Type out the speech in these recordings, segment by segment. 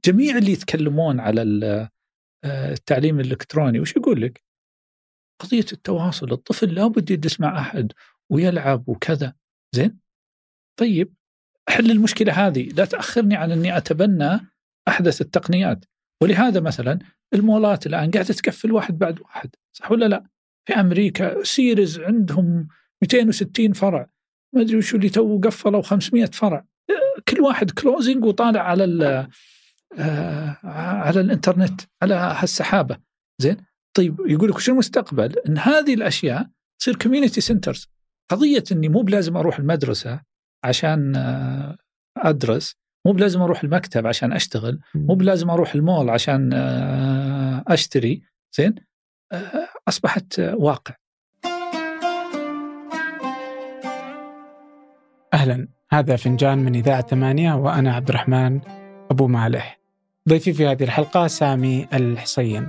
جميع اللي يتكلمون على التعليم الإلكتروني وش يقول لك؟ قضية التواصل، الطفل لابد يجلس مع أحد ويلعب وكذا. زين، طيب أحل المشكلة هذه، لا تأخرني عن أني أتبنى أحدث التقنيات. ولهذا مثلا المولات الآن قاعدة تكفل واحد بعد واحد، صح ولا لا؟ في أمريكا سيريز عندهم 260 فرع، ما أدري وشو اللي تو قفلوا 500 فرع، كل واحد كلوزنج وطالع على الإنترنت، على هالسحابة. زين، طيب يقول لك وش المستقبل؟ إن هذه الأشياء تصير كوميونيتي سنترز. قضية إني مو بلازم أروح المدرسة عشان أدرس، مو بلازم أروح المكتب عشان أشتغل، مو بلازم أروح المول عشان أشتري. زين، أصبحت واقع. أهلا، هذا فنجان من إذاعة 8 وأنا عبد الرحمن أبو مالح. ضيفي في هذه الحلقة سامي الحصين.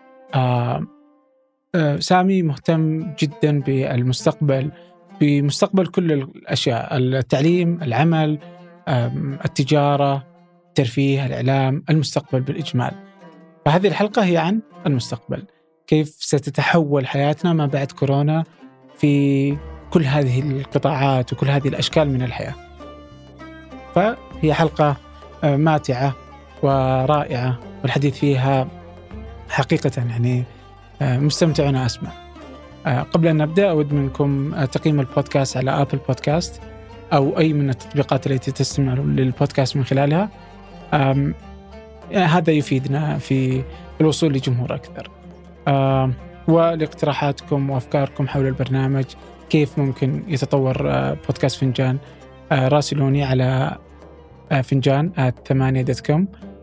سامي مهتم جدا بالمستقبل، بمستقبل كل الأشياء، التعليم، العمل، التجارة، الترفيه، الإعلام، المستقبل بالإجمال. فهذه الحلقة هي عن المستقبل، كيف ستتحول حياتنا ما بعد كورونا في كل هذه القطاعات وكل هذه الأشكال من الحياة. فهي حلقة ماتعة ورائعة، والحديث فيها حقيقة يعني مستمتع وأنا أسمع. قبل أن نبدأ أود منكم تقييم البودكاست على أبل بودكاست أو أي من التطبيقات التي تستمع للبودكاست من خلالها. هذا يفيدنا في الوصول لجمهور أكثر. ولاقتراحاتكم وأفكاركم حول البرنامج، كيف ممكن يتطور بودكاست فنجان، راسلوني على فنجان@8.com،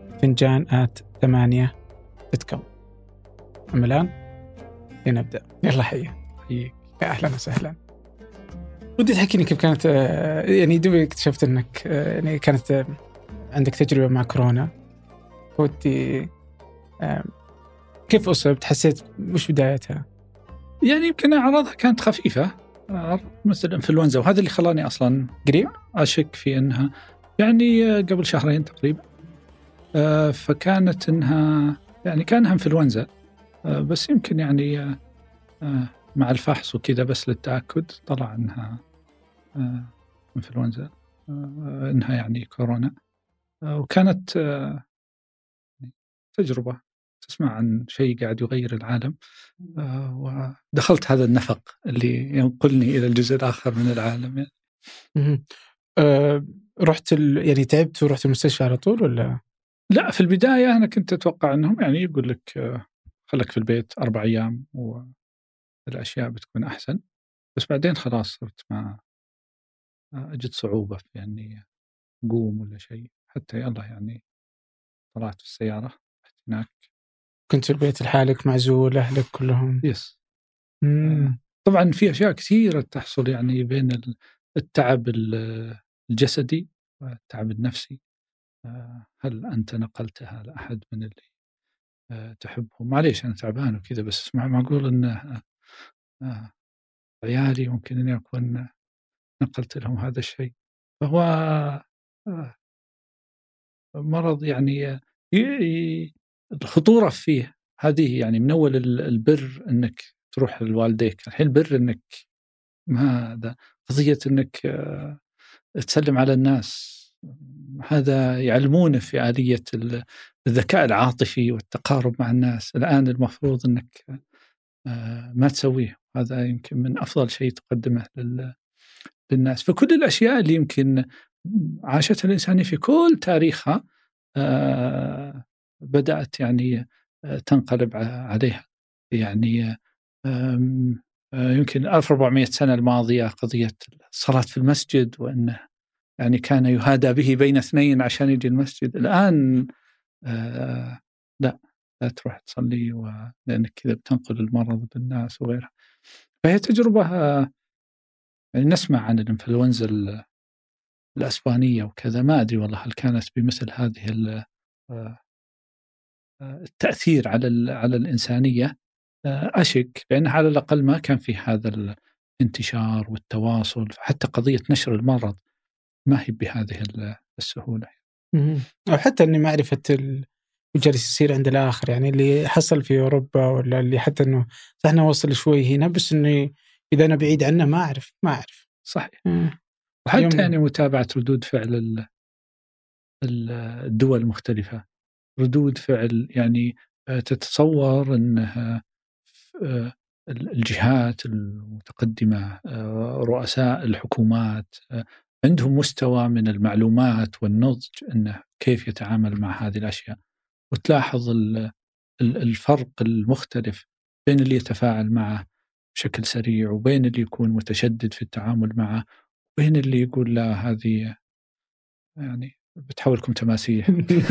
فنجان@8.com. أما الآن لنبدأ. يلا حيك. أهلا وسهلا. ودي تحكيني كيف كانت، يعني دوبي اكتشفت أنك يعني كانت عندك تجربة مع كورونا. ودي كيف أصبت؟ حسيت وش بدايتها؟ يعني يمكن أعراضها كانت خفيفة، مثل الإنفلونزا، وهذا اللي خلاني أصلا قريب أشك في أنها يعني قبل شهرين تقريبا. فكانت أنها يعني كانها إنفلونزا، بس يمكن يعني مع الفحص وكذا بس للتأكد طلع أنها إنفلونزا، أنها يعني كورونا. وكانت تجربة، تسمع عن شيء قاعد يغير العالم. ودخلت هذا النفق اللي ينقلني إلى الجزء الآخر من العالم يعني. رحت يعني تعبت ورحت المستشفى على طول ولا؟ لا، في البداية أنا كنت أتوقع أنهم يعني يقول لك خلك في البيت 4 أيام والأشياء بتكون أحسن، بس بعدين خلاص صرت ما أجد صعوبة في يعني قوم ولا شيء، حتى يلا يعني طلعت في السيارة هناك. كنت في البيت لحالك معزول، أهلك كلهم؟ يس. طبعا في أشياء كثيرة تحصل يعني بين التعب الجسدي والتعب النفسي. هل أنت نقلتها لأحد من اللي تحبهم؟ معليش أنا تعبان وكذا، بس معقول أن عيالي ممكن أن يكون نقلت لهم هذا الشيء. فهو مرض يعني الخطورة فيه هذه، يعني من أول البر أنك تروح لوالديك، الحين البر أنك ما هذا قضية أنك تسلم على الناس، هذا يعلمونه في آلية الذكاء العاطفي والتقارب مع الناس. الآن المفروض أنك ما تسويه، هذا يمكن من أفضل شيء تقدمه للناس. فكل الأشياء اللي يمكن عاشتها الإنسانية في كل تاريخها بدأت يعني تنقلب عليها. يعني يمكن 1400 سنة الماضية قضية الصلاة في المسجد، وأنه يعني كان يهادى به بين اثنين عشان يجي المسجد. الآن لا تروح تصلي لأنك كذا بتنقل المرض بالناس وغيرها. فهي تجربة يعني نسمع عن الإنفلونزا الأسبانية وكذا، ما أدري والله هل كانت بمثل هذه التأثير على الإنسانية. أشك، لأن على الأقل ما كان في هذا الانتشار والتواصل، حتى قضية نشر المرض ما هي بهذه السهولة. أو حتى إني معرفة جالس يصير عند الآخر، يعني اللي حصل في أوروبا ولا اللي حتى إنه إحنا وصل شوي هنا، بس إني إذا أنا بعيد عنه ما أعرف. صحيح. وحتى يعني متابعة ردود فعل الدول المختلفة، ردود فعل يعني تتصور أنها الجهات المتقدمة، رؤساء الحكومات عندهم مستوى من المعلومات والنضج أنه كيف يتعامل مع هذه الأشياء، وتلاحظ الفرق المختلف بين اللي يتفاعل معه بشكل سريع وبين اللي يكون متشدد في التعامل معه، وبين اللي يقول لا هذه يعني بتحولكم تماسيح.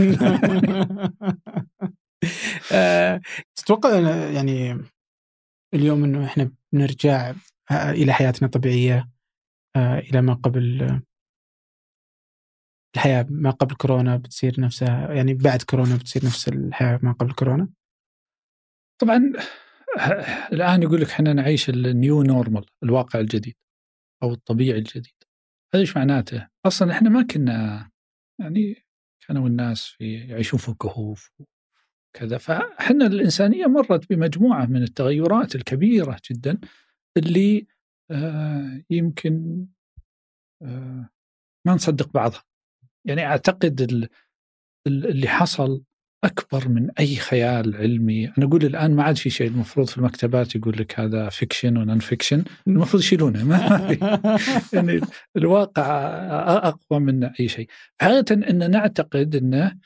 تتوقع يعني اليوم إنه إحنا بنرجع إلى حياتنا طبيعية، إلى ما قبل الحياة ما قبل كورونا بتصير نفسها، يعني بعد كورونا بتصير نفس الحياة ما قبل كورونا؟ طبعا الآن يقول لك احنا نعيش النيو نورمال، الواقع الجديد أو الطبيعي الجديد. هذا ايش معناته؟ أصلا احنا ما كنا يعني كانوا الناس يعيشون في كهوف وكذا، فاحنا الإنسانية مرت بمجموعة من التغيرات الكبيرة جدا اللي يمكن ما نصدق بعضها. يعني أعتقد اللي حصل أكبر من أي خيال علمي. أنا أقول الآن ما عاد في شيء المفروض في المكتبات يقول لك هذا فيكشن ونون فيكشن، المفروض يشيلونه. ما يعني الواقع أقوى من أي شيء. حقيقة أن نعتقد أن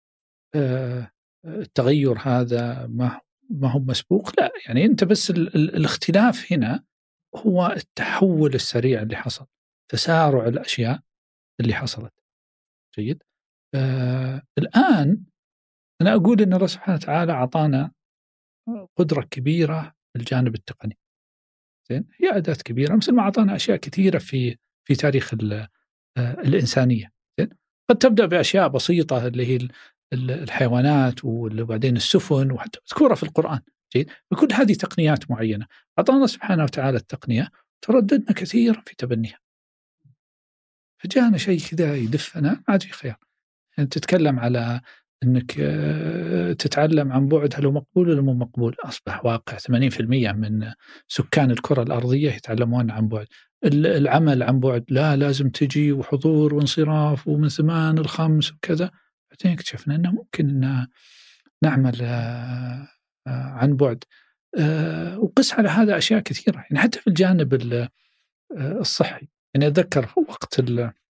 التغير هذا ما هو مسبوق، لا. يعني أنت بس الاختلاف هنا هو التحول السريع اللي حصل، تسارع الأشياء اللي حصلت. جيد. الآن أنا أقول أن الله سبحانه وتعالى أعطانا قدرة كبيرة في الجانب التقني. زين، هي أداة كبيرة مثل ما أعطانا أشياء كثيرة في تاريخ الإنسانية. زين، قد تبدأ بأشياء بسيطة اللي هي الحيوانات وبعدين السفن، وحتى مذكورة في القرآن. جيد، وكل هذه تقنيات معينة أعطانا الله سبحانه وتعالى التقنية، ترددنا كثيرا في تبنيها، فجاءنا شيء كذا يدفنا، ما عاد في خيار. يعني تتكلم على أنك تتعلم عن بعد، هل هو مقبول ولا مو مقبول؟ أصبح واقع 80% من سكان الكرة الأرضية يتعلمون عن بعد. العمل عن بعد، لا لازم تجي وحضور وانصراف ومن 8 ل5 وكذا. بعدين اكتشفنا أنه ممكن أن نعمل عن بعد. وقس على هذا أشياء كثيرة، يعني حتى في الجانب الصحي. يعني أتذكر وقت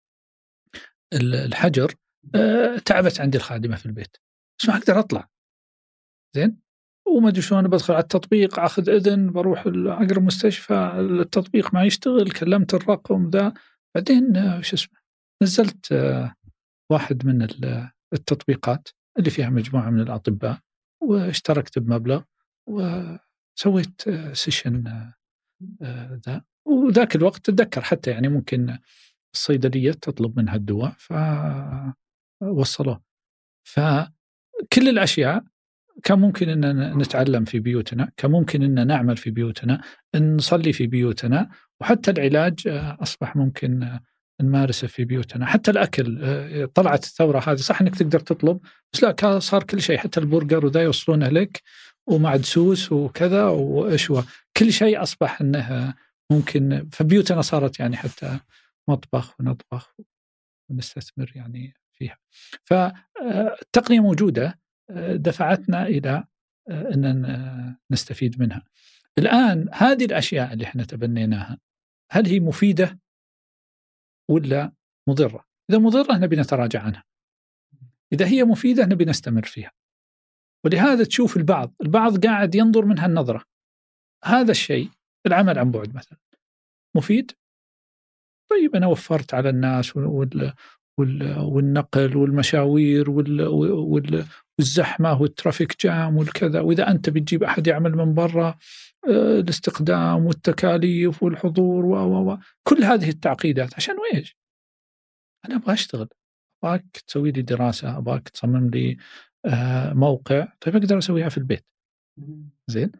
الحجر تعبت عندي الخادمة في البيت، بس ما أقدر أطلع. زين، وما أدري شلون بدخل على التطبيق، أخذ إذن، بروح أقرب مستشفى، التطبيق ما يشتغل، كلمت الرقم ذا. بعدين شو اسمه، نزلت واحد من التطبيقات اللي فيها مجموعة من الأطباء، واشتركت بمبلغ وسويت سيشن ذا. وذاك الوقت تتذكر حتى يعني ممكن الصيدلية تطلب منها الدواء فوصلوه. فكل الأشياء كان ممكن أن نتعلم في بيوتنا، كان ممكن أن نعمل في بيوتنا، أن نصلي في بيوتنا، وحتى العلاج أصبح ممكن نمارسه في بيوتنا. حتى الأكل طلعت الثورة هذه، صح أنك تقدر تطلب، بس لا، صار كل شيء، حتى البرجر وذا يوصلونه لك ومعدسوس وكذا وإشوى، كل شيء أصبح أنه ممكن. فبيوتنا صارت يعني حتى مطبخ ونطبخ ونستثمر يعني فيها. فالتقنية موجودة، دفعتنا إلى أن نستفيد منها. الآن هذه الأشياء اللي احنا تبنيناها، هل هي مفيدة ولا مضرة؟ إذا مضرة نبي نتراجع عنها، إذا هي مفيدة نبي نستمر فيها. ولهذا تشوف البعض قاعد ينظر منها النظرة. هذا الشيء، العمل عن بعد مثلا، مفيد؟ طيب أنا وفرت على الناس والنقل والمشاوير والزحمة والترافيك جام والكذا، وإذا أنت بتجيب أحد يعمل من برا، الاستخدام والتكاليف والحضور كل هذه التعقيدات عشان ويش؟ أنا أبغى أشتغل، أبغاك تسوي لي دراسة، أبغاك تصمم لي موقع، طيب أقدر أسويها في البيت. زين،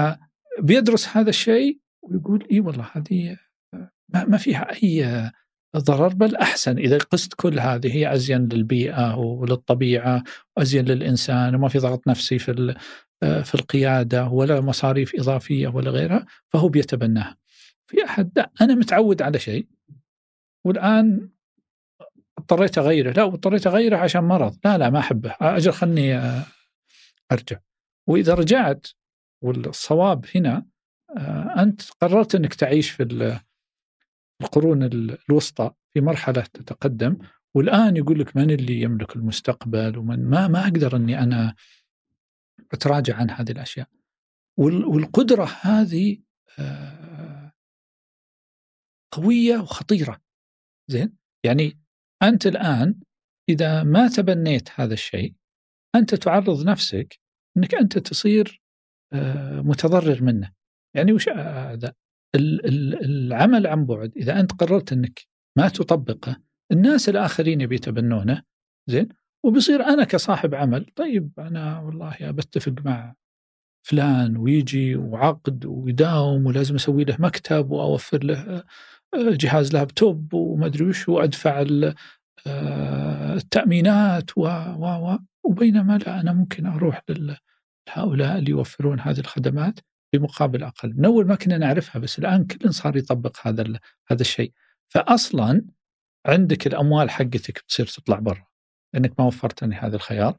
فبيدرس هذا الشيء ويقول إيه والله هذه ما فيها أي ضرر، بل أحسن إذا قست كل هذه، هي أزين للبيئة وللطبيعة وأزين للإنسان، وما في ضغط نفسي في القيادة ولا مصاريف إضافية ولا غيرها، فهو بيتبناها. في أحد لا، أنا متعود على شيء والآن اضطريت أغيره، لا واضطريت أغيره عشان مرض، لا ما أحبه، أجل خلني أرجع. وإذا رجعت والصواب هنا أنت قررت أنك تعيش في القرون الوسطى في مرحلة تتقدم، والآن يقول لك من اللي يملك المستقبل، ومن ما أقدر أني أنا أتراجع عن هذه الأشياء. والقدرة هذه قوية وخطيرة. زين، يعني أنت الآن إذا ما تبنيت هذا الشيء أنت تعرض نفسك أنك أنت تصير متضرر منه. يعني وش هذا العمل عن بعد؟ إذا أنت قررت أنك ما تطبقه، الناس الآخرين بيتبنونه. زين، وبصير أنا كصاحب عمل، طيب أنا والله بتفق مع فلان ويجي وعقد ويداوم، ولازم أسوي له مكتب وأوفر له جهاز لابتوب وما أدري وش، وأدفع التأمينات وبينما لا، أنا ممكن أروح لهؤلاء اللي يوفرون هذه الخدمات بمقابل أقل. من أول ما كنا نعرفها، بس الآن كل صار يطبق هذا الشيء. فأصلا عندك الأموال حقتك بتصير تطلع برا لأنك ما وفرت لي هذا الخيار،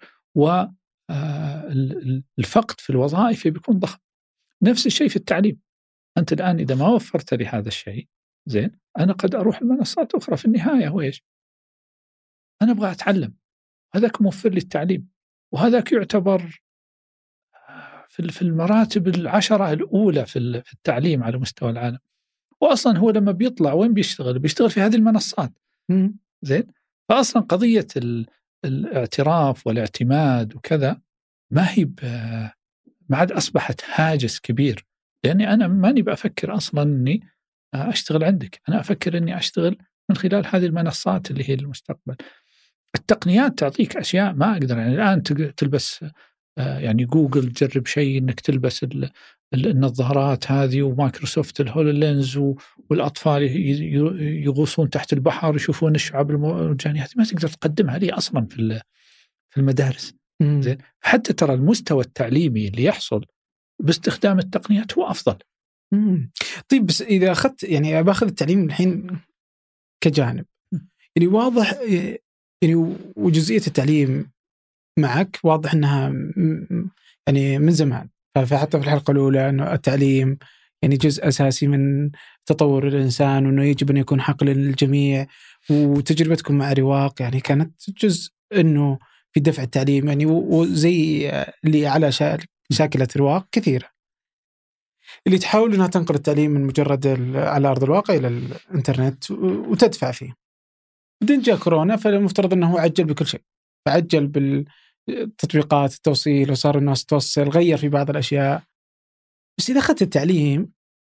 والفقد في الوظائف بيكون ضخم. نفس الشيء في التعليم. أنت الآن إذا ما وفرت لي هذا الشيء، زين، أنا قد أروح المنصات أخرى في النهاية. هو إيش؟ أنا أبغى أتعلم، هذاك موفر لي التعليم، وهذاك يعتبر في المراتب 10 الأولى في التعليم على مستوى العالم. وأصلا هو لما بيطلع وين بيشتغل في هذه المنصات. زين، فأصلا قضية الاعتراف والاعتماد وكذا ما هي ما عاد أصبحت هاجس كبير، لأني أنا ماني بأفكر أصلا أني أشتغل عندك، أنا أفكر أني أشتغل من خلال هذه المنصات اللي هي المستقبل. التقنيات تعطيك أشياء ما أقدر، يعني الآن تلبس يعني جوجل تجرب شيء أنك تلبس النظارات هذه، ومايكروسوفت الهولولينز، والأطفال يغوصون تحت البحر يشوفون الشعاب المرجانية. هذه ما تقدر تقدمها لي أصلا في المدارس. زين، حتى ترى المستوى التعليمي اللي يحصل باستخدام التقنيات هو أفضل. طيب، بس إذا أخذت، يعني باخذ التعليم الحين كجانب، يعني واضح، يعني وجزئية التعليم معك واضح أنها يعني من زمان. فحتى في الحلقة الأولى أنه التعليم يعني جزء أساسي من تطور الإنسان، وأنه يجب أن يكون حق للجميع. وتجربتكم مع رواق يعني كانت جزء أنه في دفع التعليم، يعني وزي اللي على شاكلة رواق كثيرة اللي تحاول أنها تنقل التعليم من مجرد على أرض الواقع إلى الإنترنت وتدفع فيه. بعدين جاء كورونا، فالمفترض أنه هو عجل بكل شيء، فعجل بالتطبيقات التوصيل، وصار الناس توصل، غير في بعض الأشياء. بس إذا أخذت التعليم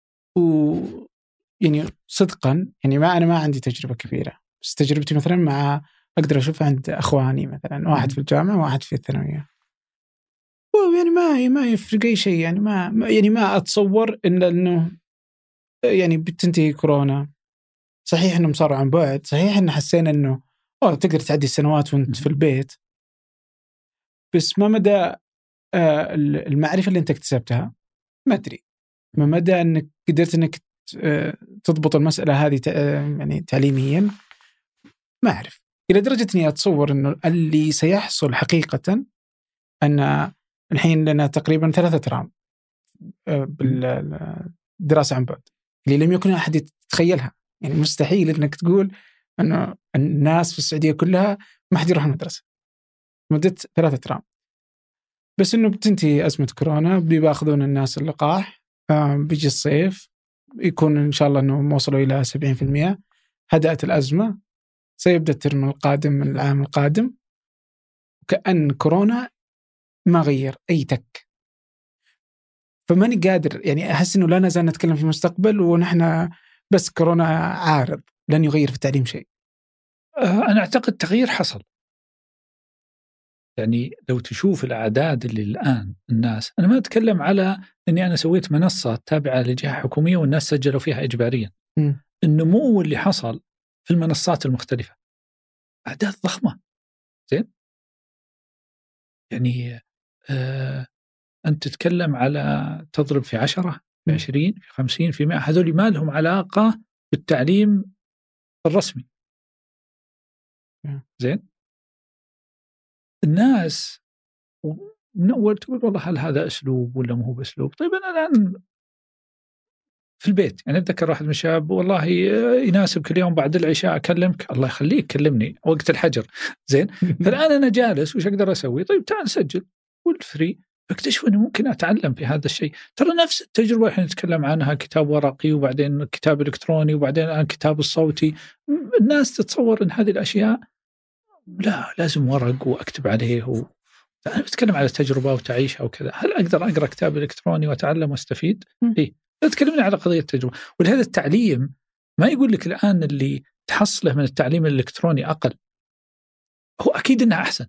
يعني صدقا، يعني أنا ما عندي تجربة كبيرة، بس تجربتي مثلا مع أقدر أشوف عند أخواني مثلا، واحد في الجامعة وواحد في الثانوية، يعني ما يفرق أي شيء. يعني ما أتصور إنه يعني بتنتهي كورونا. صحيح إنهم صاروا عن بعد، صحيح إن حسينا إنه تقدر تعدي السنوات وأنت في البيت، بس ما مدى المعرفة اللي أنت اكتسبتها؟ ما أدري. ما مدى أنك قدرت أنك تضبط المسألة هذه يعني تعليميا؟ ما أعرف. إلى درجة أني أتصور أنه اللي سيحصل حقيقة أن الحين لنا تقريبا 3 ترام بالدراسة عن بعد، اللي لم يكن أحد يتخيلها. يعني مستحيل أنك تقول أنه الناس في السعودية كلها ما حد يروح المدرسة مدة 3 ترام. بس إنه بتنتهي أزمة كورونا، بياخذون الناس اللقاح، بيجي الصيف، يكون إن شاء الله إنه وصلوا إلى 70%، هدأت الأزمة، سيبدأ الترم القادم من العام القادم، كأن كورونا ما غير أي تك. فماني قادر، يعني أحس إنه لا نزال نتكلم في المستقبل ونحن بس كورونا عارض لن يغير في التعليم شيء. أنا أعتقد تغيير حصل. يعني لو تشوف الأعداد اللي الآن الناس، أنا ما أتكلم على أني أنا سويت منصة تابعة لجهة حكومية والناس سجلوا فيها إجباريا. النمو اللي حصل في المنصات المختلفة، أعداد ضخمة. زين، يعني أنت تتكلم على تضرب في 10 في 20 في 50 في 100، هذول ما لهم علاقة بالتعليم الرسمي. زين، الناس من أول تقول والله هل هذا أسلوب ولا مو هو بأسلوب؟ طيب أنا الآن في البيت، يعني أتذكر واحد من الشباب والله يناسب كل يوم بعد العشاء أكلمك، الله يخليك كلمني وقت الحجر. زين، فالآن أنا جالس وش أقدر أسوي؟ طيب تعال سجل والفري، فاكتشف أنه ممكن أتعلم في هذا الشيء. ترى نفس التجربة الحين نتكلم عنها، كتاب ورقي وبعدين كتاب إلكتروني وبعدين الآن كتاب الصوتي. الناس تتصور أن هذه الأشياء لا لازم ورق وأكتب عليه أنا بتكلم على تجربة وتعيشها وكذا. هل أقدر أقرأ كتاب إلكتروني وأتعلم واستفيد؟ إيه، تكلمنا على قضية التجربة. ولهذا التعليم ما يقول لك الآن اللي تحصله من التعليم الإلكتروني أقل، هو أكيد إنه أحسن،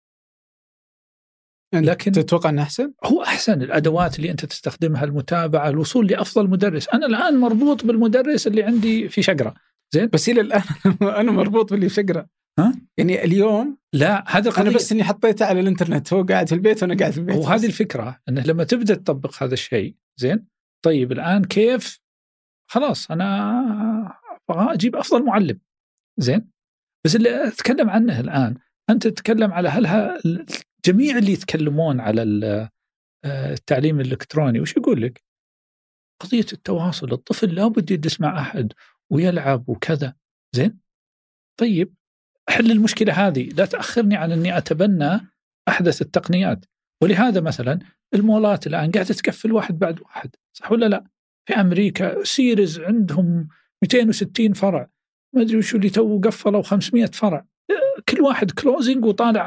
لكن تتوقع أنه أحسن؟ هو أحسن. الأدوات اللي أنت تستخدمها، المتابعة، الوصول لأفضل مدرس. أنا الآن مربوط بالمدرس اللي عندي في شقرة. زين، بس إلى الآن أنا مربوط باللي في شقرة. يعني اليوم لا، هذا أنا بس إني حطيته على الإنترنت، هو قاعد في البيت وأنا قاعد في البيت. وهذه الفكرة أنه لما تبدأ تطبق هذا الشيء، زين، طيب الآن كيف؟ خلاص أنا أجيب أفضل معلم. زين، بس اللي أتكلم عنه الآن، أنت تتكلم على جميع اللي يتكلمون على التعليم الإلكتروني وش يقول لك؟ قضية التواصل، الطفل لابد يجلس مع أحد ويلعب وكذا. زين، طيب أحل المشكلة هذه، لا تأخرني عن أني أتبنى أحدث التقنيات. ولهذا مثلا المولات الآن قاعدة تكفل واحد بعد واحد، صح ولا لا؟ في أمريكا سيريز عندهم 260 فرع، ما أدري وشو اللي تو قفلوا 500 فرع، كل واحد كلوزنج وطالع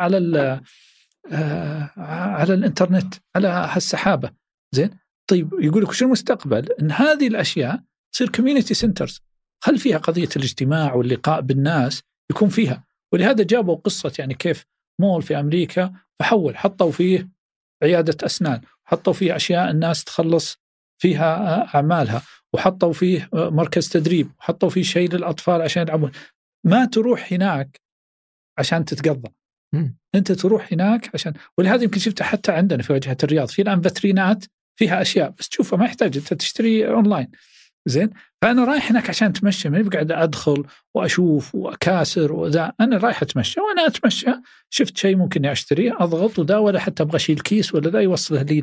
على الإنترنت، على هالسحابة. زين، طيب يقول لك شو المستقبل؟ إن هذه الأشياء تصير كوميونيتي سنترز، خل فيها قضية الاجتماع واللقاء بالناس يكون فيها. ولهذا جابوا قصة يعني كيف مول في أمريكا فحول، حطوا فيه عيادة أسنان، حطوا فيه أشياء الناس تخلص فيها أعمالها، وحطوا فيه مركز تدريب، وحطوا فيه شيء للأطفال عشان يلعبون. ما تروح هناك عشان تتقضى، أنت تروح هناك عشان. ولهذا يمكن شفتها حتى عندنا في واجهة الرياض، في الآن فاترينات فيها أشياء بس تشوفها، ما يحتاج أنت تشتري أونلاين. زين، فأنا رايح هناك عشان أتمشى، ما بقعد أدخل وأشوف وأكاسر وذا. أنا رايح أتمشى، وأنا أتمشى شفت شيء ممكن أشتريه، أضغط وذا، ولا حتى أبغى شيء الكيس ولا ذا يوصله لي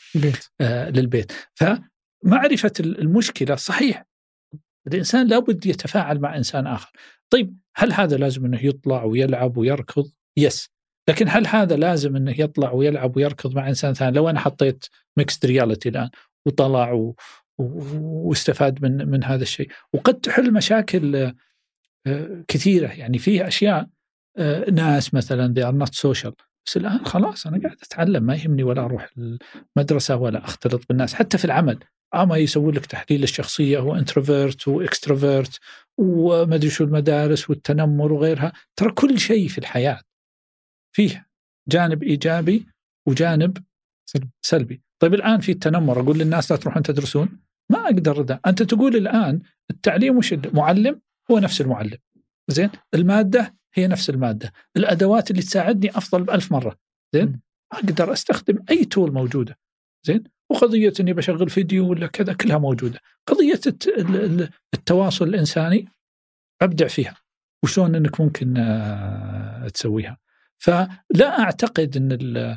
للبيت. فمعرفة المشكلة صحيح، الإنسان لابد يتفاعل مع إنسان آخر. طيب هل هذا لازم أنه يطلع ويلعب ويركض؟ يس. لكن هل هذا لازم أنه يطلع ويلعب ويركض مع إنسان ثاني؟ لو أنا حطيت ميكست رياليتي الآن وطلع واستفاد من هذا الشيء، وقد تحل مشاكل كثيرة. يعني فيه أشياء ناس مثلا they are not social، بس الآن خلاص أنا قاعد أتعلم، ما يهمني ولا أروح المدرسة ولا أختلط بالناس. حتى في العمل ما يسوي لك تحليل الشخصية وانتروفيرت واكستروفيرت وما أدري شو المدارس والتنمر وغيرها. ترى كل شيء في الحياة فيه جانب إيجابي وجانب سلبي. طيب الآن في التنمر، أقول للناس لا تروحون تدرسون، ما أقدر ذا. أنت تقول الآن التعليم وش المعلم هو نفس المعلم، زين، المادة هي نفس المادة، الأدوات اللي تساعدني أفضل ب1000 مرة. زين، أقدر أستخدم أي تول موجودة. زين، وقضية أني بشغل فيديو ولا كذا كلها موجودة. قضية التواصل الإنساني أبدع فيها، وشون أنك ممكن تسويها. فلا أعتقد أن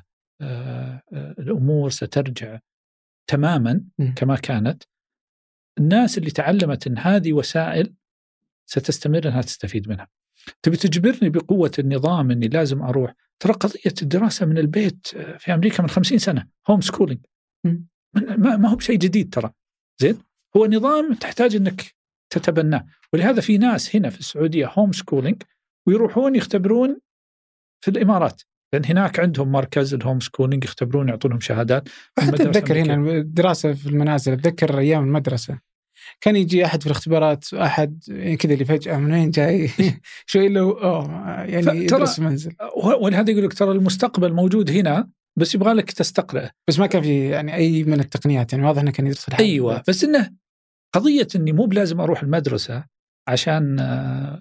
الأمور سترجع تماما كما كانت. الناس اللي تعلمت أن هذه وسائل ستستمر أنها تستفيد منها. تبي تجبرني بقوة النظام أني لازم أروح؟ ترى قضية الدراسة من البيت في أمريكا من 50 سنة هوم سكولينج، ما هو بشيء جديد ترى. زين، هو نظام تحتاج أنك تتبناه. ولهذا في ناس هنا في السعودية هوم سكولينج ويروحون يختبرون في الإمارات، لأن هناك عندهم مركز الهوم سكولينج، يختبرون يعطونهم شهادات. حتى أتذكر هنا الدراسة في المنازل، أتذكر أيام المدرسة كان يجي أحد في الاختبارات، أحد كذا اللي فجأة من وين جاي شوي له يعني يدرس منزل. ولهذا يقول لك ترى المستقبل موجود هنا، بس يبغى لك تستقرأ. بس ما كان في يعني أي من التقنيات، يعني واضح أنه كان يدرس الحاجة. أيوة، بس إنه قضية إني مو بلازم أروح المدرسة عشان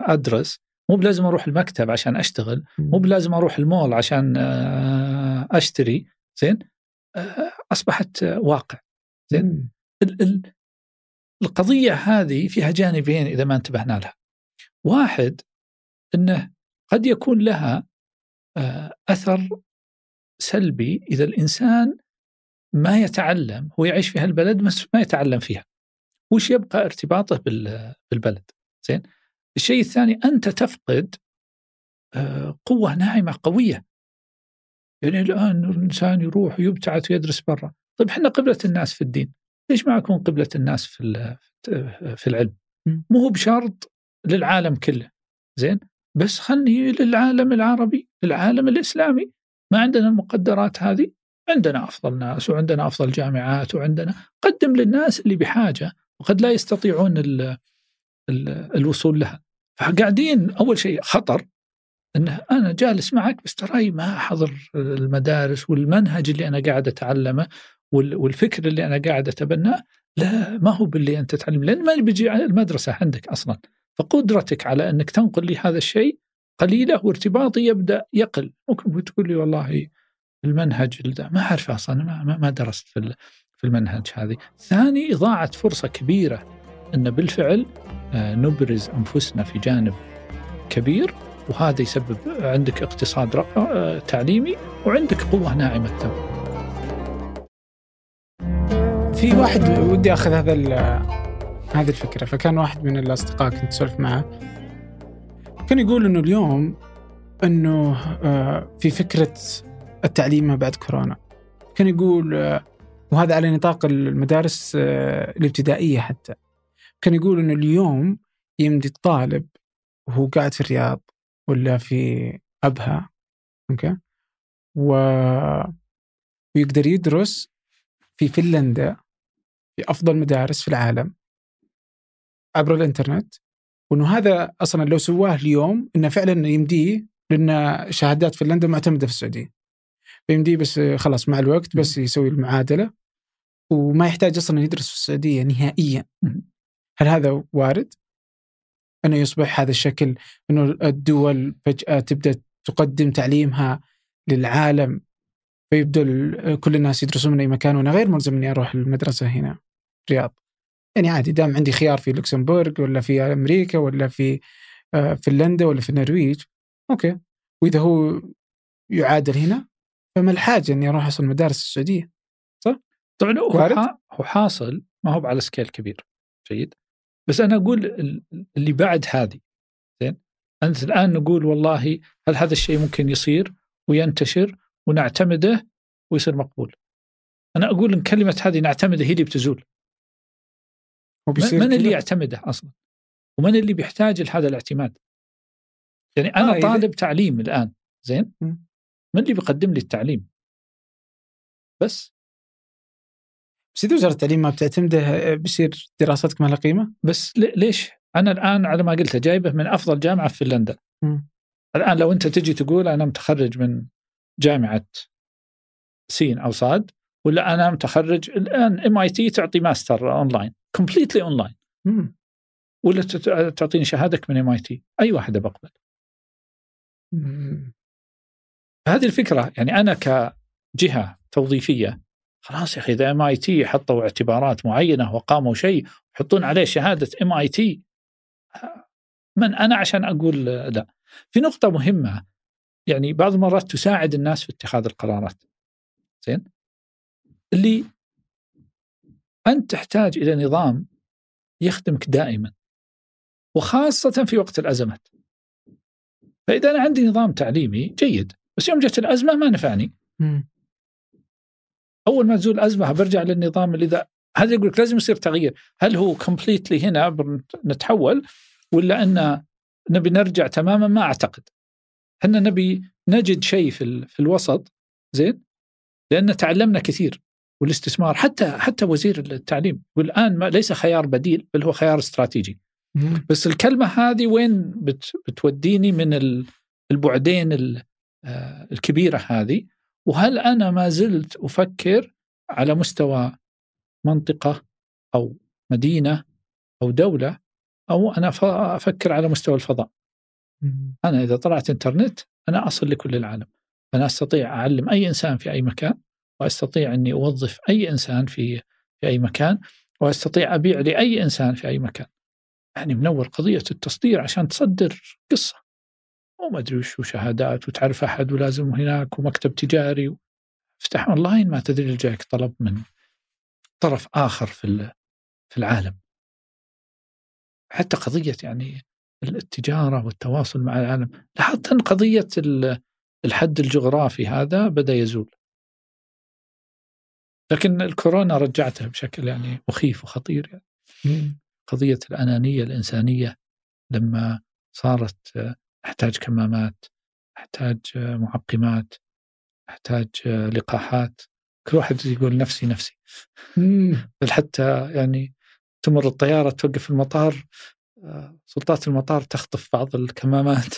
أدرس، مو بلازم أروح المكتب عشان أشتغل، مو بلازم أروح المول عشان أشتري. زين، أصبحت واقع. زين، القضية هذه فيها جانبين إذا ما انتبهنا لها. واحد، أنه قد يكون لها أثر سلبي إذا الإنسان ما يتعلم، هو يعيش في هالبلد بس ما يتعلم فيها، وش يبقى ارتباطه بالبلد. زين، الشيء الثاني أنت تفقد قوة ناعمة قوية. يعني الآن الإنسان يروح ويبتعث ويدرس برا، طيب إحنا قبلة الناس في الدين، ليش ما أكون قبلة الناس في العلم؟ مو هو بشرط للعالم كله. زين، بس خلني للعالم العربي، للعالم الإسلامي. ما عندنا المقدرات هذه، عندنا أفضل ناس وعندنا أفضل جامعات وعندنا، قدم للناس اللي بحاجة وقد لا يستطيعون الوصول لها. فقاعدين أول شيء خطر أنه أنا جالس معك بس تراي ما أحضر المدارس والمنهج اللي أنا قاعد أتعلمه والفكر اللي أنا قاعد أتبناه لا ما هو باللي أنت تعلم، لأن ما بيجي المدرسة عندك أصلا. فقدرتك على أنك تنقل لي هذا الشيء قليلة، وارتباطي يبدأ يقل. ممكن تقول لي والله المنهج ما أعرف أصلا، ما درست في المنهج هذه. ثاني، إضاعة فرصة كبيرة أن بالفعل نبرز أنفسنا في جانب كبير، وهذا يسبب عندك اقتصاد تعليمي وعندك قوة ناعمة تم. في واحد ودي أخذ هذه الفكرة. فكان واحد من الأصدقاء كنت أسولف معه كان يقول إنه اليوم إنه في فكرة التعليم ما بعد كورونا. كان يقول وهذا على نطاق المدارس الابتدائية حتى. كان يقول إنه اليوم يمدي الطالب وهو قاعد في الرياض ولا في أبها، أوكي، ويقدر يدرس في فنلندا في أفضل مدارس في العالم عبر الإنترنت، وإنه هذا أصلاً لو سواه اليوم إنه فعلاً يمديه، لأن شهادات فنلندا معتمدة في السعودية، فيمديه بس خلاص مع الوقت بس يسوي المعادلة وما يحتاج أصلاً يدرس في السعودية نهائياً. هل هذا وارد؟ أنه يصبح هذا الشكل، أنه الدول فجأة تبدأ تقدم تعليمها للعالم، فيبدأ كل الناس يدرسون من أي مكان، وأنا غير ملزم أني أروح المدرسة هنا رياض، يعني عادي دام عندي خيار في لوكسمبورغ ولا في أمريكا ولا في فنلندا ولا في النرويج، أوكي. وإذا هو يعادل هنا فما الحاجة أني أروح أصل المدارس السعودية؟ صح؟ طبعا هو حاصل، ما هو على سكيل كبير، جيد، بس أنا أقول اللي بعد هذه. زين، أنت الآن نقول والله هل هذا الشيء ممكن يصير وينتشر ونعتمده ويصير مقبول؟ أنا أقول إن كلمة هذه نعتمده هي اللي بتزول. من اللي يعتمده أصلا؟ ومن اللي بيحتاج لهذا الاعتماد؟ يعني أنا طالب تعليم الآن، زين، من اللي بيقدم لي التعليم؟ بس إذا وزارة التعليم ما بتعتمده بيصير دراستك ما لها قيمة؟ بس ليش؟ أنا الآن على ما قلت جايبه من أفضل جامعة في فنلندا. الآن لو أنت تجي تقول أنا متخرج من جامعة سين أو صاد، ولا أنا متخرج الآن MIT تعطي ماستر أونلاين completely أونلاين، ولا تعطيني شهادك من MIT، أي واحدة بقبل. هذه الفكرة. يعني أنا كجهة توظيفية خلاص يا أخي، إذا MIT حطوا اعتبارات معينة وقاموا شيء يحطون عليه شهادة MIT، من أنا عشان أقول لا؟ في نقطة مهمة، يعني بعض المرات تساعد الناس في اتخاذ القرارات. زين، اللي أنت تحتاج إلى نظام يخدمك دائما، وخاصة في وقت الأزمات. فإذا أنا عندي نظام تعليمي جيد بس يوم جت الأزمة ما نفعني، أول ما تزول الأزمة برجع للنظام اللي ذا. هذا يقول لك لازم يصير تغيير. هل هو completely هنا نتحول، ولا أن نبي نرجع تماما؟ ما أعتقد. إحنا نبي نجد شيء في الوسط، زين، لأن تعلمنا كثير. والاستثمار حتى وزير التعليم والآن ليس خيار بديل بل هو خيار استراتيجي. بس الكلمة هذه وين بتوديني من البعدين الكبيرة هذه؟ وهل أنا ما زلت أفكر على مستوى منطقة أو مدينة أو دولة، أو أنا أفكر على مستوى الفضاء. أنا إذا طلعت إنترنت أنا أصل لكل العالم، أنا أستطيع أعلم أي إنسان في أي مكان، وأستطيع أني أوظف أي إنسان في أي مكان، وأستطيع أبيع لأي إنسان في أي مكان. يعني منور قضية التصدير عشان تصدر قصة وما أدري وش وشهادات وتعرف أحد ولازم هناك ومكتب تجاري، افتح أونلاين ما تدري اللي جاك طلب من طرف آخر في العالم. حتى قضية يعني التجارة والتواصل مع العالم، لاحظت أن قضية الحد الجغرافي هذا بدأ يزول، لكن الكورونا رجعته بشكل يعني مخيف وخطير. يعني قضية الأنانية الإنسانية لما صارت أحتاج كمامات، أحتاج معقمات، أحتاج لقاحات، كل واحد يقول نفسي نفسي. بل حتى يعني تمر الطيارة توقف في المطار، سلطات المطار تخطف بعض الكمامات.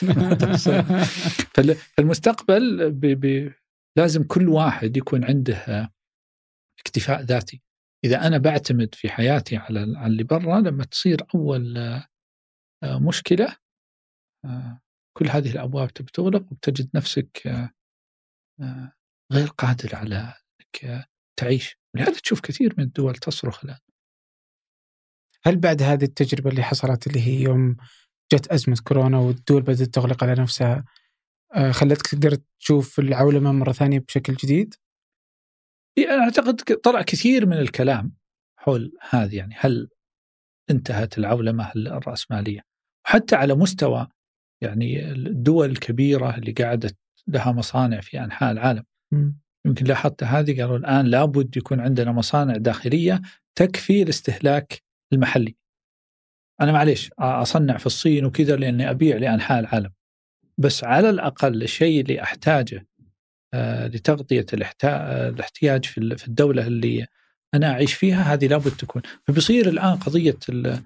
فالمستقبل لازم كل واحد يكون عنده اكتفاء ذاتي. إذا أنا بعتمد في حياتي على اللي برا، لما تصير أول مشكلة كل هذه الأبواب بتغلق وبتجد نفسك غير قادر على أنك تعيش. لهذا تشوف كثير من الدول تصرخ الآن. هل بعد هذه التجربة اللي حصلت اللي هي يوم جت أزمة كورونا والدول بدأت تغلق على نفسها، خلتك تقدر تشوف العولمة مرة ثانية بشكل جديد؟ أنا أعتقد طلع كثير من الكلام حول هذه، يعني هل انتهت العولمة الرأسمالية؟ وحتى على مستوى يعني الدول الكبيرة اللي قاعدة لها مصانع في أنحاء العالم، يمكن لاحظت هذه، قالوا الآن لابد يكون عندنا مصانع داخلية تكفي الاستهلاك المحلي. أنا معليش أصنع في الصين وكذا لأني أبيع لأنحاء العالم، بس على الأقل الشيء اللي أحتاجه لتغطية الاحتياج في الدولة اللي أنا أعيش فيها، هذه لابد تكون. فبيصير الآن قضية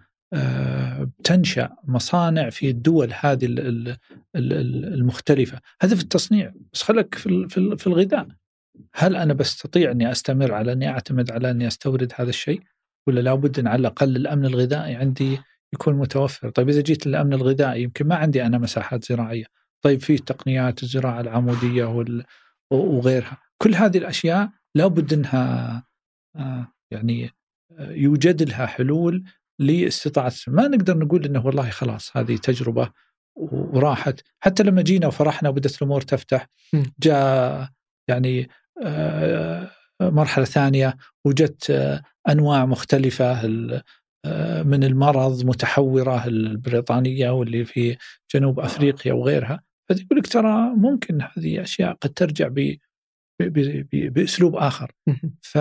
تنشأ مصانع في الدول هذه المختلفة. هذا في التصنيع، بس خلك في الغذاء. هل أنا بستطيع أني أستمر على أني أعتمد على أني أستورد هذا الشيء، ولا لابد أن على الأقل الأمن الغذائي عندي يكون متوفر؟ طيب إذا جيت للأمن الغذائي يمكن ما عندي أنا مساحات زراعية، طيب في تقنيات الزراعة العمودية وغيرها. كل هذه الأشياء لابد أنها يعني يوجد لها حلول لاستطاعة. ما نقدر نقول إنه والله خلاص هذه تجربة وراحت. حتى لما جينا وفرحنا وبدأت الأمور تفتح، جاء يعني مرحلة ثانية وجدت أنواع مختلفة من المرض متحورة، البريطانية واللي في جنوب أفريقيا وغيرها. فيقول لك ترى ممكن هذه أشياء قد ترجع بأسلوب آخر. ف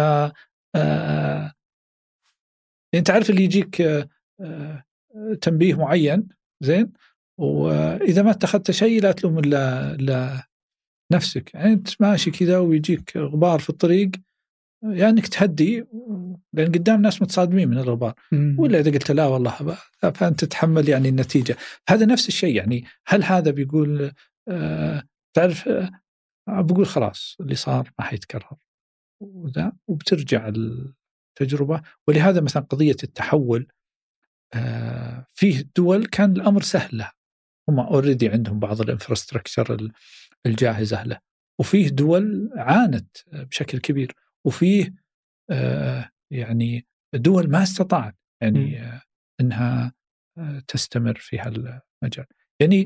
أنت عارف اللي يجيك تنبيه معين، زين، وإذا ما اتخذت شيء لا تلوم إلا نفسك. يعني أنت ماشي كذا ويجيك غبار في الطريق، يعني أنك تهدي لأن قدام ناس متصادمين من الغبار، ولا إذا قلت لا والله فأنت تتحمل يعني النتيجة. هذا نفس الشيء. يعني هل هذا بيقول تعرف بقول خلاص اللي صار ما حيتكرر وبترجع التجربة. ولهذا مثلا قضية التحول فيه دول كان الأمر سهل له، هم أوريدي عندهم بعض الانفراستراكشر الجاهزة له، وفيه دول عانت بشكل كبير، وفيه يعني دول ما استطاعت يعني أنها تستمر في هالمجال. يعني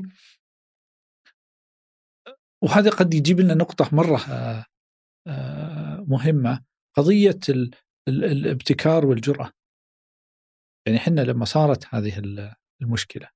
وهذا قد يجيب لنا نقطة مرة مهمة، قضية الابتكار والجرأة. يعني حنا لما صارت هذه المشكلة،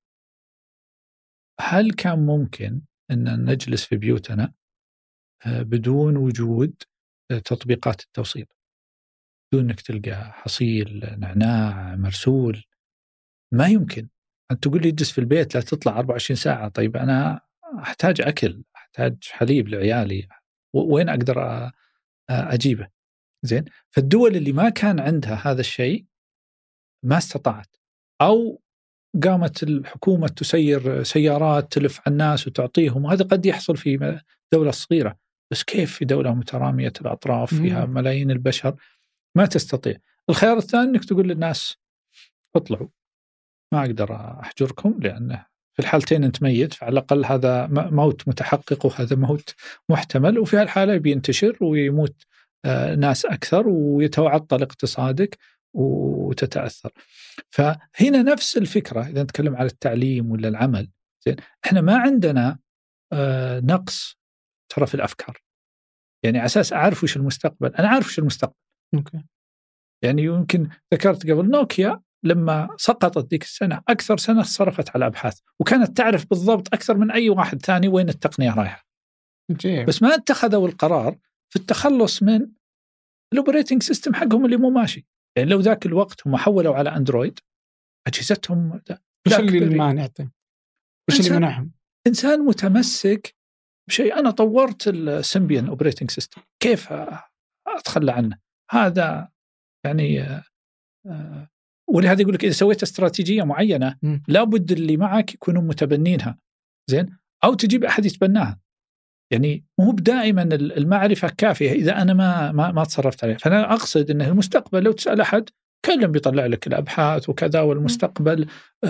هل كان ممكن أن نجلس في بيوتنا بدون وجود تطبيقات التوصيل، بدون أنك تلقى حصيل نعناع مرسول؟ ما يمكن. أنت تقول لي اجلس في البيت لا تطلع 24 ساعة. طيب أنا أحتاج أكل، أحتاج حليب لعيالي، وين أقدر أجيبه؟ زين. فالدول اللي ما كان عندها هذا الشيء ما استطاعت، أو قامت الحكومة تسير سيارات تلف على الناس وتعطيهم، وهذا قد يحصل في دولة صغيرة، بس كيف في دولة مترامية الأطراف فيها ملايين البشر ما تستطيع؟ الخيار الثاني أنك تقول للناس اطلعوا ما أقدر أحجركم، لأنه في الحالتين أنت ميت، فعلى الأقل هذا موت متحقق وهذا موت محتمل، وفي هالحالة بينتشر ويموت ناس أكثر ويتعطل اقتصادك وتتأثر. فهنا نفس الفكرة إذا نتكلم على التعليم ولا العمل، زين إحنا ما عندنا نقص ترى في الأفكار. يعني على أساس أعرف وش المستقبل، أنا عارف وش المستقبل. أوكي. يعني يمكن ذكرت قبل نوكيا لما سقطت ذيك السنة أكثر سنة صرفت على أبحاث، وكانت تعرف بالضبط أكثر من أي واحد ثاني وين التقنية رايحة. بس ما اتخذوا القرار في التخلص من الأوبريتنج سيستم حقهم اللي مو ماشي. يعني لو ذاك الوقت هم حولوا على أندرويد أجهزتهم. وش اللي مانع؟ وش اللي منعهم؟ إنسان متمسك بشيء. أنا طورت السيمبيان أوبريتنج سيستم، كيف أتخلى عنه؟ هذا يعني ولهذا يقول لك إذا سويت استراتيجية معينة لابد اللي معك يكونوا متبنينها، زين، أو تجيب أحد يتبناها. يعني مو دائما المعرفة كافية إذا أنا ما تصرفت عليها. فأنا أقصد أن المستقبل لو تسأل أحد كلهم بيطلع لك الأبحاث وكذا، والمستقبل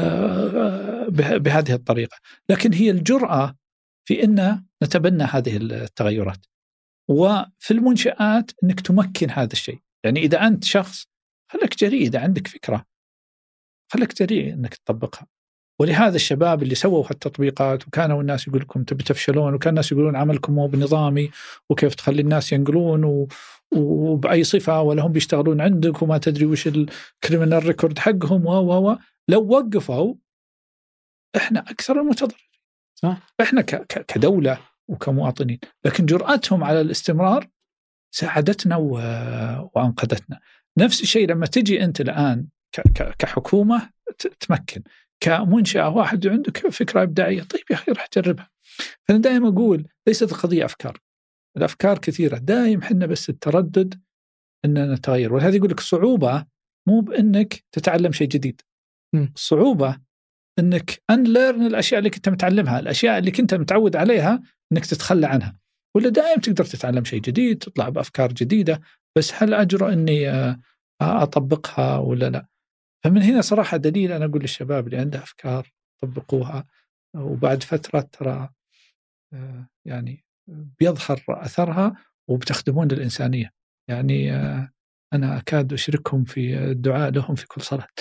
بهذه الطريقة. لكن هي الجرأة في أن نتبنى هذه التغيرات، وفي المنشآت أنك تمكن هذا الشيء. يعني إذا أنت شخص خلك جريء، إذا عندك فكرة خلك جريء أنك تطبقها. ولهذا الشباب اللي سووا هالتطبيقات وكانوا الناس يقول لكم تبي تفشلون، وكان الناس يقولون عملكم مو بنظامي وكيف تخلي الناس ينقلون وبأي صفة، ولا هم بيشتغلون عندك وما تدري وش الكريمنال ريكورد حقهم لو وقفوا إحنا أكثر المتضررين. إحنا كدولة وكمواطنين، لكن جرأتهم على الاستمرار ساعدتنا وأنقذتنا. نفس الشيء لما تجي أنت الآن كحكومة تمكن، كمنشأة واحد عندك فكرة إبداعية، طيب يا أخي راح تجربها. فأنا دائما أقول ليست القضية أفكار، الأفكار كثيرة، دائما حنا بس التردد أننا نتغير. ولهذا يقول لك الصعوبة مو بأنك تتعلم شيء جديد، الصعوبة أنك unlearn الأشياء اللي كنت متعلمها، الأشياء اللي كنت متعود عليها أنك تتخلى عنها. ولا دائما تقدر تتعلم شيء جديد، تطلع بأفكار جديدة، بس هل أجرؤ أني أطبقها ولا لا؟ فمن هنا صراحة دليل أنا أقول للشباب اللي عنده أفكار طبقوها، وبعد فترة ترى يعني بيظهر أثرها وبتخدمون للإنسانية. يعني أنا أكاد أشركهم في الدعاء لهم في كل صلاة.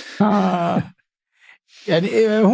يعني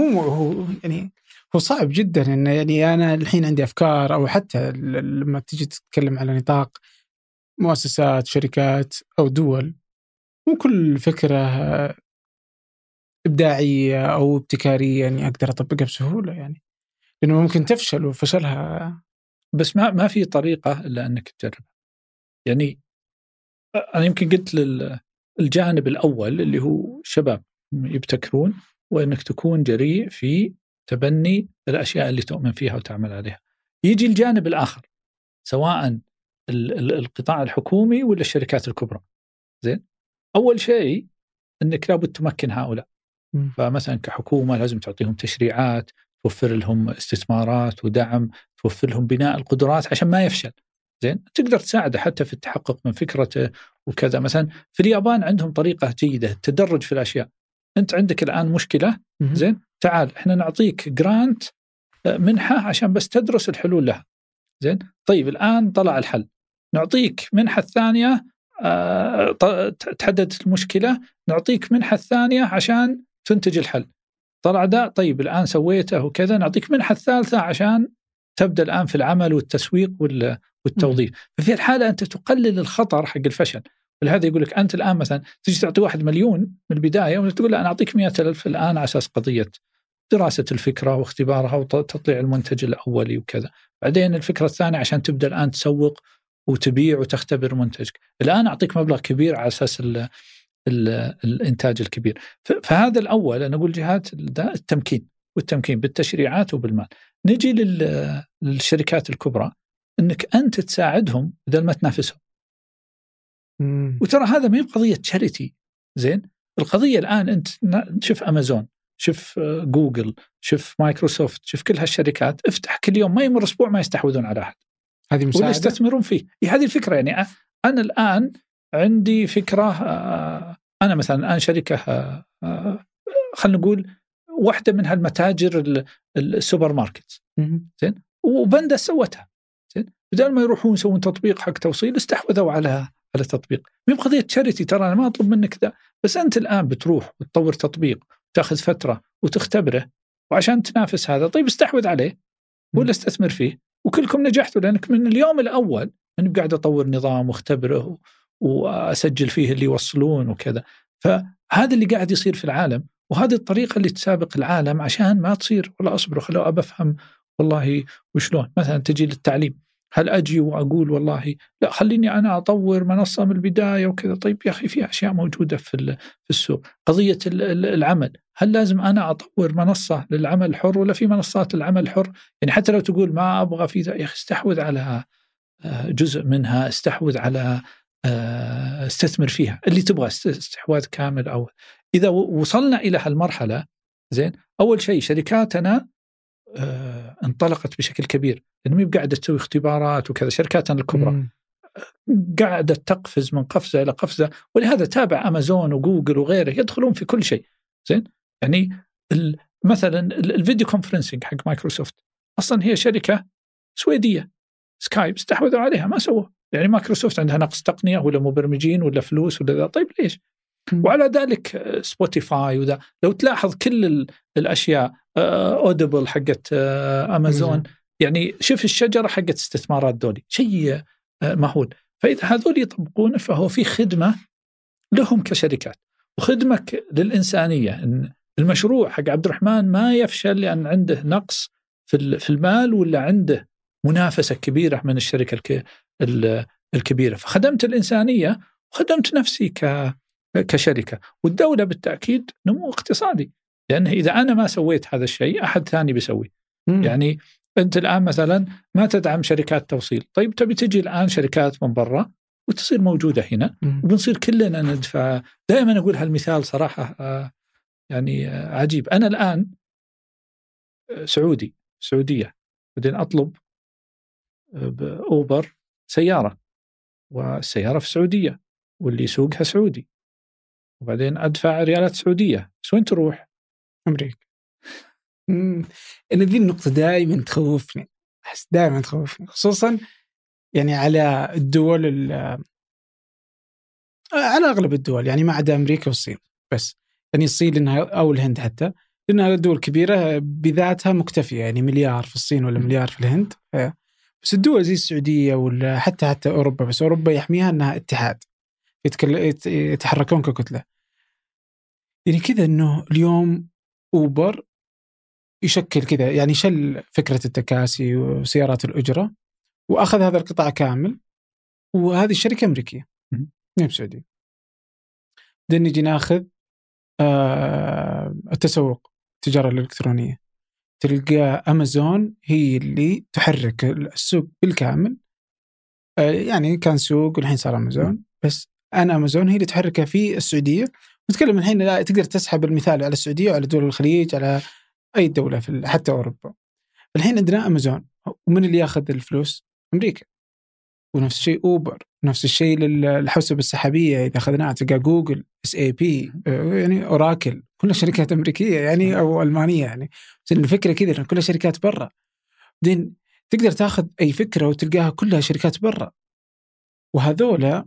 هو صعب جدا إن يعني أنا الحين عندي أفكار، أو حتى لما تيجي تتكلم على نطاق مؤسسات، شركات أو دول، مو كل فكرة إبداعية أو ابتكارية يعني أقدر أطبقها بسهولة، يعني لأنه ممكن تفشل، وفشلها بس ما في طريقة إلا أنك تجرب. يعني أنا يمكن قلت للجانب الأول اللي هو شباب يبتكرون، وأنك تكون جريء في تبني الأشياء اللي تؤمن فيها وتعمل عليها. يجي الجانب الآخر، سواء القطاع الحكومي ولا الشركات الكبرى. زين، أول شيء أنك لابد تمكن هؤلاء. فمثلا كحكومة لازم تعطيهم تشريعات، توفر لهم استثمارات ودعم، توفر لهم بناء القدرات عشان ما يفشل. زين، تقدر تساعده حتى في التحقق من فكرته وكذا. مثلا في اليابان عندهم طريقة جيدة، التدرج في الأشياء. أنت عندك الآن مشكلة، زين، تعال إحنا نعطيك جرانت، منحة عشان بس تدرس الحلول لها. زين، طيب الآن طلع الحل، نعطيك منحة ثانية، تحددت المشكلة، نعطيك منحة ثانية عشان تنتج الحل. طلع ده، طيب الآن سويته وكذا، نعطيك منحة ثالثة عشان تبدأ الآن في العمل والتسويق والتوظيف. ففي الحالة أنت تقلل الخطر حق الفشل. ولهذا يقول لك أنت الآن مثلا تجي تعطي 1 مليون من البداية، وتقول لا أنا أعطيك 100,000 الآن على أساس قضية دراسة الفكرة واختبارها وتطليع المنتج الأولي وكذا. بعدين الفكرة الثانية عشان تبدأ الآن تسوق وتبيع وتختبر منتجك. الآن أعطيك مبلغ كبير على أساس الإنتاج الكبير. فهذا الأول أنا أقول جهات التمكين، والتمكين بالتشريعات وبالمال. نجي للشركات الكبرى، أنك أنت تساعدهم بدل ما تنافسهم. وترى هذا ما هي قضية تشاريتي. زين، القضية الآن أنت شوف أمازون، شوف جوجل، شوف مايكروسوفت، شوف كل هالشركات، افتح كل يوم ما يمر أسبوع ما يستحوذون على أحد. هذه مساعدة، ولا يستثمرون فيه. هذه الفكرة. يعني أنا الآن عندي فكرة، أنا مثلا الآن شركة، خلينا نقول واحدة من هالمتاجر السوبر ماركت، زين، وبندا سوتها، زين، بدل ما يروحون يسوون تطبيق حق توصيل استحوذوا على تطبيق. مين قضية شاريتي، ترى أنا ما أطلب منك ذا، بس أنت الآن بتروح وتطور تطبيق وتأخذ فترة وتختبره، وعشان تنافس هذا طيب استحوذ عليه ولا استثمر فيه، وكلكم نجحتوا لأنك من اليوم الأول أنا قاعد أطور نظام واختبره وأسجل فيه اللي يوصلون وكذا. فهذا اللي قاعد يصير في العالم، وهذه الطريقة اللي تسابق العالم عشان ما تصير. ولا أصبر خلوا أبفهم والله وشلون. مثلا تجي للتعليم، هل أجي وأقول والله لا خليني أنا أطور منصة من البداية وكذا؟ طيب يا أخي في أشياء موجودة في السوق. قضية العمل، هل لازم أنا أطور منصة للعمل الحر ولا في منصات العمل الحر؟ يعني حتى لو تقول ما أبغى في ذا، يا أخي استحوذ على جزء منها، استحوذ على استثمر فيها اللي تبغى استحواذ كامل. أو إذا وصلنا إلى هالمرحلة، زين، أول شيء شركاتنا انطلقت بشكل كبير، لأنه مي قاعدة تسوي اختبارات وكذا. شركاتنا الكبرى قاعدة تقفز من قفزة إلى قفزة، ولهذا تابع أمازون وجوجل وغيره يدخلون في كل شيء، زين. يعني مثلا الفيديو كونفرنسينج حق مايكروسوفت أصلا هي شركة سويدية، سكايب استحوذوا عليها ما سووا. يعني مايكروسوفت عندها نقص تقنية ولا مبرمجين ولا فلوس ولا ذا، طيب ليش؟ وعلى ذلك سبوتيفاي وذا، لو تلاحظ كل الأشياء، أوديبل حقت أمازون، يعني شوف الشجرة حقت استثمارات دولي شيء مهول. فإذا هذول يطبقونه فهو في خدمة لهم كشركات وخدمة للإنسانية. إن المشروع حق عبد الرحمن ما يفشل لأن عنده نقص في المال ولا عنده منافسة كبيرة من الشركة الكبيرة. فخدمت الإنسانية وخدمت نفسي كشركة. والدولة بالتأكيد نمو اقتصادي، لأنه إذا أنا ما سويت هذا الشيء أحد ثاني بيسوي. يعني أنت الآن مثلا ما تدعم شركات توصيل، طيب تبي تجي الآن شركات من برا وتصير موجودة هنا وبنصير كلنا ندفع. دائما أقول هالمثال صراحة يعني عجيب. أنا الآن سعودية، بعدين أطلب بأوبر سيارة، والسيارة في السعودية واللي يسوقها سعودي، وبعدين أدفع ريالات سعودية، بس وين تروح؟ أمريكا. أنا ذي النقطة دائما تخوفني، أحس دائما تخوفني، خصوصا يعني على الدول على أغلب الدول، يعني ما عدا أمريكا والصين بس. يعني الصين لأنها أو الهند حتى لأنها دول كبيرة بذاتها مكتفية، يعني مليار في الصين ولا مليار في الهند. بس الدول زي السعودية ولا حتى أوروبا، بس أوروبا يحميها أنها اتحاد، يتحركون ككتلة. يعني كذا أنه اليوم أوبر يشكل كذا، يعني شل فكرة التكاسي وسيارات الأجرة وأخذ هذا القطاع كامل، وهذه الشركة أمريكية مو سعودية. بدنا نجي ناخذ التسوق، التجارة الإلكترونية، تلقى أمازون هي اللي تحرك السوق بالكامل. يعني كان سوق والحين صار أمازون، بس أنا أمازون هي اللي تحركها في السعودية. نتكلم الحين لا تقدر تسحب المثال على السعودية وعلى دول الخليج، على أي دولة في حتى أوروبا. الحين عندنا أمازون، ومن اللي يأخذ الفلوس؟ أمريكا. ونفس الشيء أوبر، نفس الشيء للحوسبة السحابية إذا أخذناها تلقى جوجل، SAP، يعني أوراكل، كلها شركات أمريكية يعني أو ألمانية. يعني الفكرة كذا إن كلها شركات برا. بعدين تقدر تأخذ أي فكرة وتلقاها كلها شركات برا، وهذولا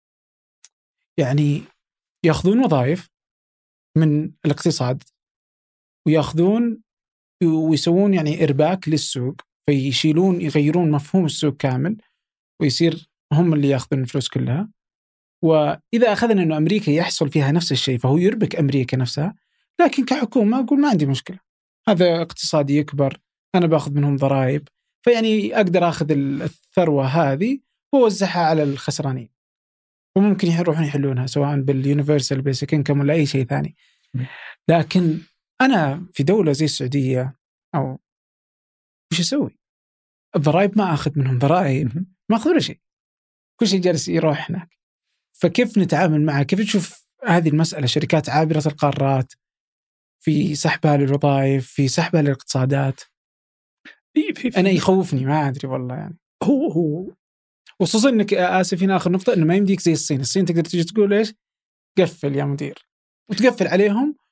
يعني يأخذون وظائف من الاقتصاد ويأخذون ويسوون يعني إرباك للسوق، فيشيلون يغيرون مفهوم السوق كامل ويصير هم اللي يأخذون الفلوس كلها. وإذا أخذنا أنه أمريكا يحصل فيها نفس الشيء فهو يربك أمريكا نفسها. لكن كحكومة أقول ما عندي مشكلة، هذا اقتصادي يكبر، أنا بأخذ منهم ضرائب، فيعني أقدر أخذ الثروة هذه ووزعها على الخسرانين، وممكن يروحون يحلونها سواء باليونيفرسال بيسك إنكم ولا أي شيء ثاني. لكن أنا في دولة زي السعودية أو وش أسوي؟ الضرائب ما أخذ منهم ضرائب، ما أخذ ولا شيء، كل شيء جالس يروح هناك. فكيف نتعامل معها؟ كيف تشوف هذه المسألة؟ شركات عابرة القارات في سحبها للوظائف، في سحبها للاقتصادات. أنا يخوفني، ما أدري والله. يعني هو وخصوصا إنك آسف هنا آخر نقطة، إنه ما يمديك زي الصين تقدر تيجي تقول إيش قفل يا مدير وتقفل عليهم،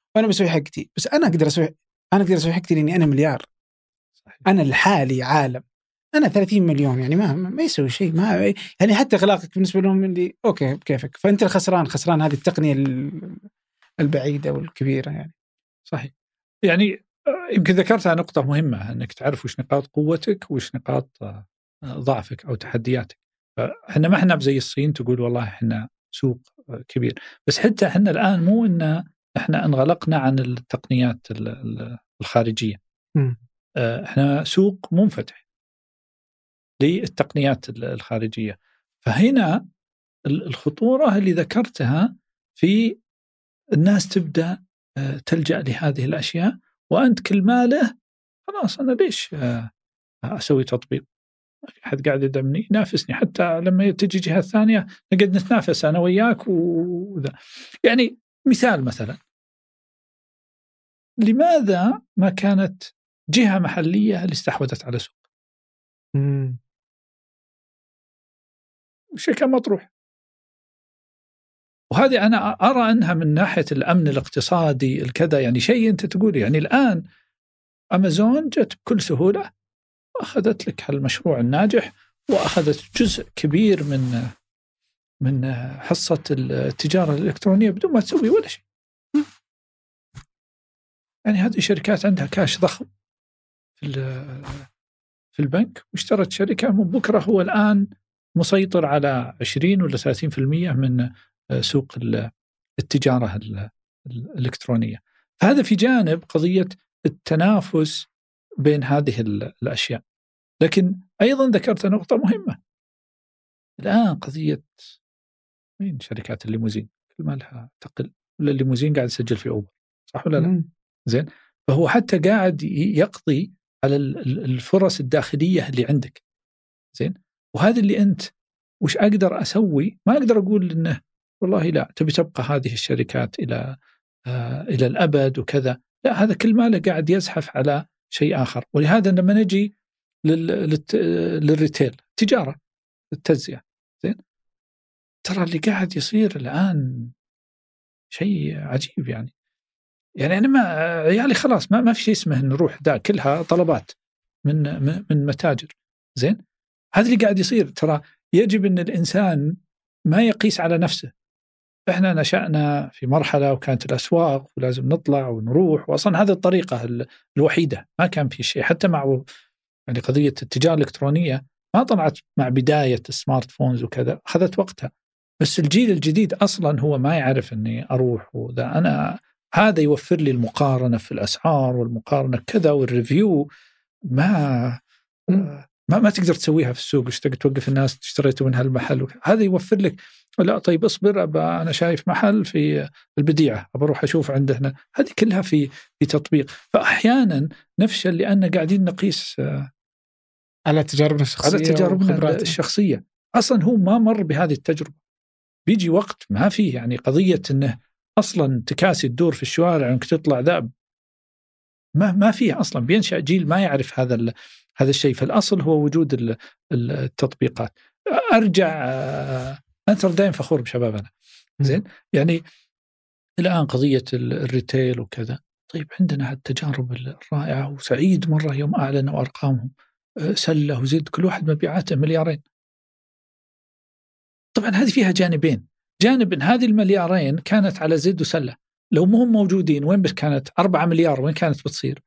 وأنا بسوي حقتي، بس أنا أقدر أسوي حقتي لأني أنا مليار. صحيح. أنا لحالي عالم، أنا 30 مليون يعني ما يسوي شيء، ما يعني حتى إغلاقك بالنسبة لهم اللي أوكي بكيفك، فأنت الخسران هذه التقنية البعيدة والكبيرة يعني. صحيح. يعني يمكن ذكرتها نقطة مهمة، أنك تعرف وش نقاط قوتك وش نقاط ضعفك أو تحدياتك. احنا ما احنا بزي الصين تقول والله احنا سوق كبير، بس حتى احنا الآن مو إن احنا انغلقنا عن التقنيات الخارجية. احنا سوق منفتح للتقنيات الخارجية. فهنا الخطورة اللي ذكرتها في الناس تبدأ تلجأ لهذه الأشياء، وأنت كل ما له خلاص أنا ليش أسوي تطبيق؟ ما في أحد قاعد يدعمني ينافسني، حتى لما تجي جهة ثانية نقعد نتنافس أنا وياك وذا. يعني مثلا لماذا ما كانت جهة محلية اللي استحوذت على سوق؟ وشيء كان مطروح. وهذه أنا أرى أنها من ناحية الأمن الاقتصادي الكذا يعني شيء أنت تقول يعني الآن أمازون جت بكل سهولة وأخذت لك هالمشروع الناجح، وأخذت جزء كبير من حصة التجارة الإلكترونية بدون ما تسوي ولا شيء. يعني هذه شركات عندها كاش ضخم في البنك، واشترت شركة من بكرة هو الآن مسيطر على 20 ولا 30% من سوق التجارة الإلكترونية. فهذا في جانب قضية التنافس بين هذه الأشياء. لكن أيضا ذكرت نقطة مهمة الآن، قضية مين شركات الليموزين كل ما لها تقل، ولا الليموزين قاعد يسجل في أوبر، صح ولا لا؟ زين. فهو حتى قاعد يقضي على الفرص الداخلية اللي عندك. زين. وهذا اللي أنت وش أقدر أسوي؟ ما أقدر أقول إنه والله لا تبي تبقى هذه الشركات إلى الأبد وكذا، لا، هذا كل ماله قاعد يزحف على شيء آخر. ولهذا لما نجي للريتيل تجارة التجزئة، زين، ترى اللي قاعد يصير الآن شيء عجيب. يعني أنا ما عيالي خلاص ما في شيء اسمه نروح ذا، كلها طلبات من متاجر. زين. هذا اللي قاعد يصير. ترى يجب أن الإنسان ما يقيس على نفسه. إحنا نشأنا في مرحلة وكانت الأسواق ولازم نطلع ونروح، وأصلا هذه الطريقة الوحيدة، ما كان في شيء. حتى مع يعني قضية التجارة الإلكترونية ما طلعت مع بداية السمارت فونز وكذا، أخذت وقتها. بس الجيل الجديد أصلا هو ما يعرف أني أروح وذا. أنا هذا يوفر لي المقارنة في الأسعار والمقارنة كذا والريفيو. ما تقدر تسويها في السوق، توقف الناس اشتريتوا من هالمحل. هذا يوفر لك، لا طيب اصبر، أنا شايف محل في البديعة بروح أشوف عندنا. هذه كلها في تطبيق. فأحيانا نفشل لأن قاعدين نقيس على تجاربنا الشخصية. أصلا هو ما مر بهذه التجربة. بيجي وقت ما فيه يعني قضية أنه أصلا تكاسي تدور في الشوارع أنك تطلع ذاب، ما فيه أصلا. بينشأ جيل ما يعرف هذا الشيء. فالأصل هو وجود التطبيقات. أرجع أنت دائما فخور بشبابنا. زين. يعني الآن قضية الريتيل وكذا، طيب عندنا هالتجارب الرائعة، وسعيد مرة يوم أعلنوا أرقامهم، سلة وزد كل واحد مبيعاته 2 مليار. طبعا هذه فيها جانبين. جانب إن هذه 2 مليار كانت على زد وسلة، لو مهم موجودين وين بس كانت 4 مليار وين كانت بتصير؟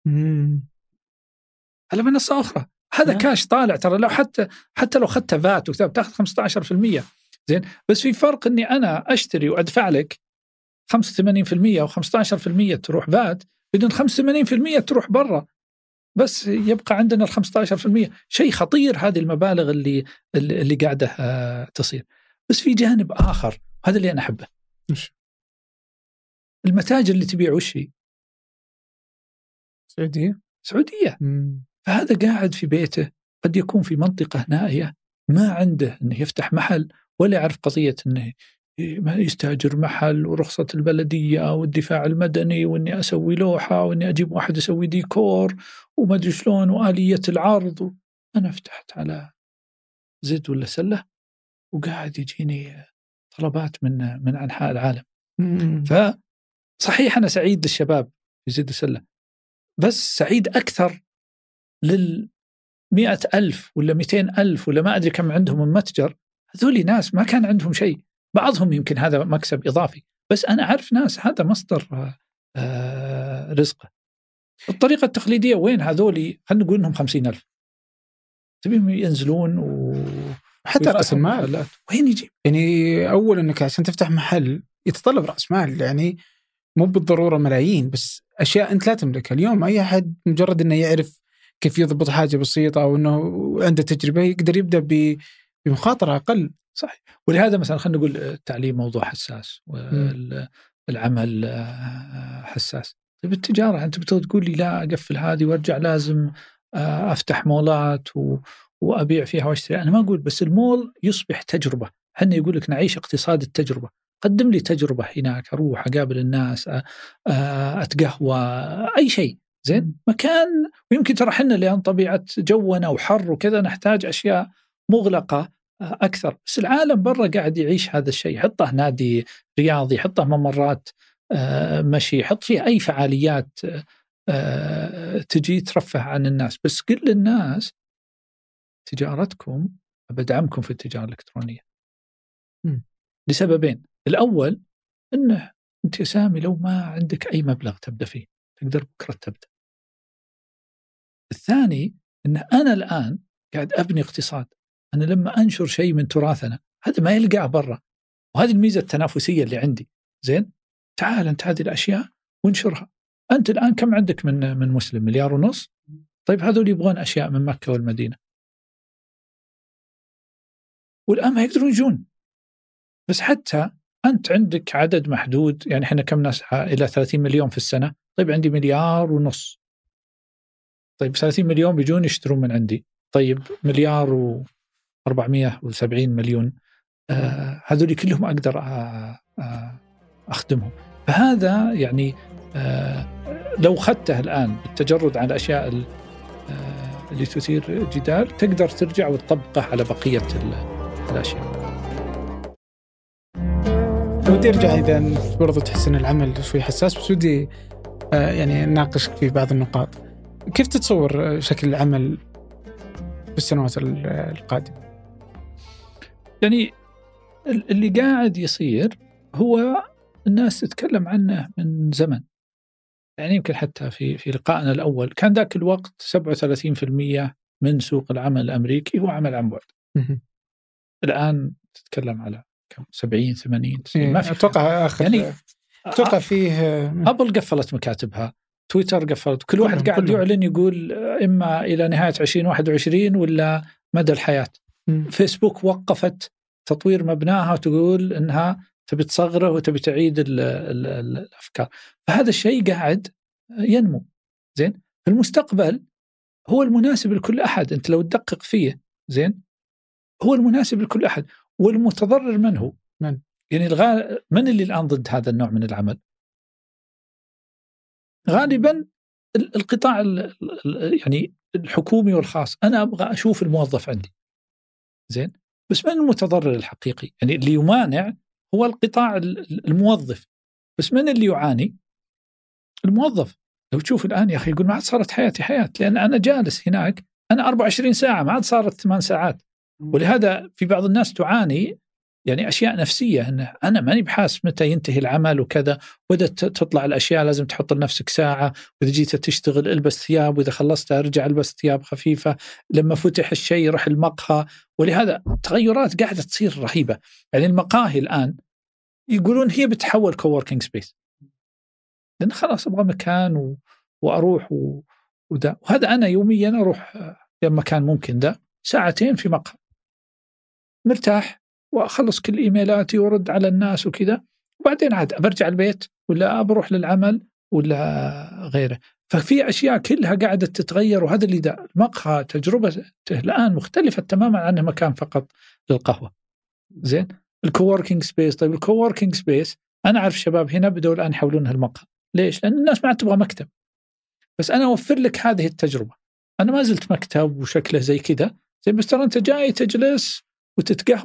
على منصة أخرى. هذا كاش طالع. ترى لو حتى لو أخذت فات وكتاب تأخذ 15%. زين. بس في فرق إني أنا أشتري وأدفع لك 85% أو 15% تروح فات، بدون 85% تروح برا، بس يبقى عندنا 15%. شيء خطير هذه المبالغ اللي قاعدة تصير. بس في جانب آخر، هذا اللي أنا أحبه. المتاجر اللي تبيع وش هي؟ سعودية. فهذا قاعد في بيته، قد يكون في منطقة نائية، ما عنده أنه يفتح محل ولا يعرف قضية أنه يستأجر محل ورخصة البلدية والدفاع المدني، وإني أسوي لوحة، وإني أجيب واحد يسوي ديكور وما أدري شلون وآلية العرض. أنا فتحت على زد ولا سلة وقاعد يجيني طلبات من أنحاء العالم. صحيح أنا سعيد للشباب في زيد السلة، بس سعيد أكثر 100,000 ولا 200,000 ولا ما أدري كم عندهم من متجر. هذولي ناس ما كان عندهم شيء، بعضهم يمكن هذا مكسب إضافي، بس أنا أعرف ناس هذا مصدر رزقه. الطريقة التقليدية وين؟ هذولي خلينا نقول إنهم 50,000 تبيهم ينزلون حتى رأس المال وين يجي؟ يعني أول أنك عشان تفتح محل يتطلب رأس مال، يعني مو بالضرورة ملايين، بس أشياء أنت لا تملكها اليوم. أي أحد مجرد أنه يعرف كيف يضبط حاجة بسيطة أو أنه عنده تجربة يقدر يبدأ بمخاطرة أقل. صحيح. ولهذا مثلا خلينا نقول التعليم موضوع حساس والعمل حساس. طيب التجارة أنت بتقول لي لا أقفل هذه وأرجع لازم أفتح مولات وأبيع فيها وأشتري. أنا ما أقول، بس المول يصبح تجربة. حنا يقول لك نعيش اقتصاد التجربة. قدم لي تجربة هناك، أروح أقابل الناس، أتقهوى، أي شيء زين مكان. ويمكن ترى حنا لأن طبيعة جونا وحر وكذا نحتاج أشياء مغلقة أكثر، بس العالم برا قاعد يعيش هذا الشيء. حطه نادي رياضي، حطه ممرات مشي، حط فيه أي فعاليات تجي ترفه عن الناس. بس قل للناس تجارتكم بدعمكم في التجارة الإلكترونية لسببين. الأول أنه أنت يا سامي لو ما عندك أي مبلغ تبدأ فيه تقدر بكرة تبدأ. الثاني أن أنا الآن قاعد أبني اقتصاد. أنا لما أنشر شيء من تراثنا هذا ما يلقاه برا، وهذه الميزة التنافسية اللي عندي. زين تعال أنت هذه الأشياء وانشرها. أنت الآن كم عندك من مسلم؟ 1.5 مليار. طيب هذول يبغون أشياء من مكة والمدينة، والآن ما يقدرون يجون. بس حتى أنت عندك عدد محدود، يعني إحنا كم ناس؟ إلى 30 مليون في السنة. طيب عندي 1.5 مليار. طيب 30 مليون بيجون يشترون من عندي. طيب 1.470 مليون هذول كلهم أقدر أخدمهم. فهذا يعني لو خدته الآن بالتجرد على الأشياء اللي تثير جدال تقدر ترجع وتطبقه على بقية الأشياء. ودي أرجع إذا برضو تحس أن العمل شوي حساس، بس ودي يعني ناقشك في بعض النقاط. كيف تتصور شكل العمل في السنوات القادمة؟ يعني اللي قاعد يصير هو الناس تتكلم عنه من زمن. يعني يمكن حتى في لقائنا الأول كان ذاك الوقت 37% من سوق العمل الأمريكي هو عمل عن بعد. الآن تتكلم على كم؟ 70 80 90. ما في أتوقع آخر يعني أتوقع فيه أبل قفلت مكاتبها، تويتر قفلت، كل واحد قاعد يعلن يقول إما إلى نهاية 2021 ولا مدى الحياة. فيسبوك وقفت تطوير مبناها وتقول إنها تبي تصغره وتبي تعيد الأفكار. فهذا الشيء قاعد ينمو. زين في المستقبل هو المناسب لكل أحد. أنت لو تدقق فيه زين هو المناسب لكل أحد. والمتضرر من هو؟ يعني من اللي الآن ضد هذا النوع من العمل؟ غالبا القطاع يعني الحكومي والخاص. أنا أبغى أشوف الموظف عندي زين، بس من المتضرر الحقيقي؟ يعني اللي يمانع هو القطاع الموظف، بس من اللي يعاني؟ الموظف. لو تشوف الآن يا أخي يقول ما عاد صارت حياتي حياة، لأن أنا جالس هناك أنا 24 ساعة ما عاد صارت 8 ساعات. ولهذا في بعض الناس تعاني يعني أشياء نفسية، أنه أنا ماني بحاس متى ينتهي العمل وكذا، وبدأت تطلع الأشياء لازم تحط لنفسك ساعة، وإذا جيت تشتغل البس ثياب، وإذا خلصت أرجع البس ثياب خفيفة، لما فتح الشيء رح المقهى. ولهذا تغيرات قاعدة تصير رهيبة. يعني المقاهي الآن يقولون هي بتحول كووركينج سبيس، لأن خلاص أبغى مكان وأروح وده. وهذا أنا يوميا أروح لما كان ممكن ده 2 ساعة في مقهى مرتاح، وأخلص كل إيميلاتي ورد على الناس وكذا، وبعدين عاد برجع البيت ولا بروح للعمل ولا غيره. ففي أشياء كلها قاعدة تتغير، وهذا اللي ده المقهى تجربته الآن مختلفة تماما عنه مكان فقط للقهوة. زين الكووركينج سبيس. طيب الكووركينج سبيس أنا أعرف شباب هنا بدأوا الآن يحولونها المقهى. ليش؟ لأن الناس ما عاد تبغى مكتب، بس أنا أوفر لك هذه التجربة. أنا ما زلت مكتب وشكله زي كذا زي، بس ترى أنت جاي تجلس وتتقهوى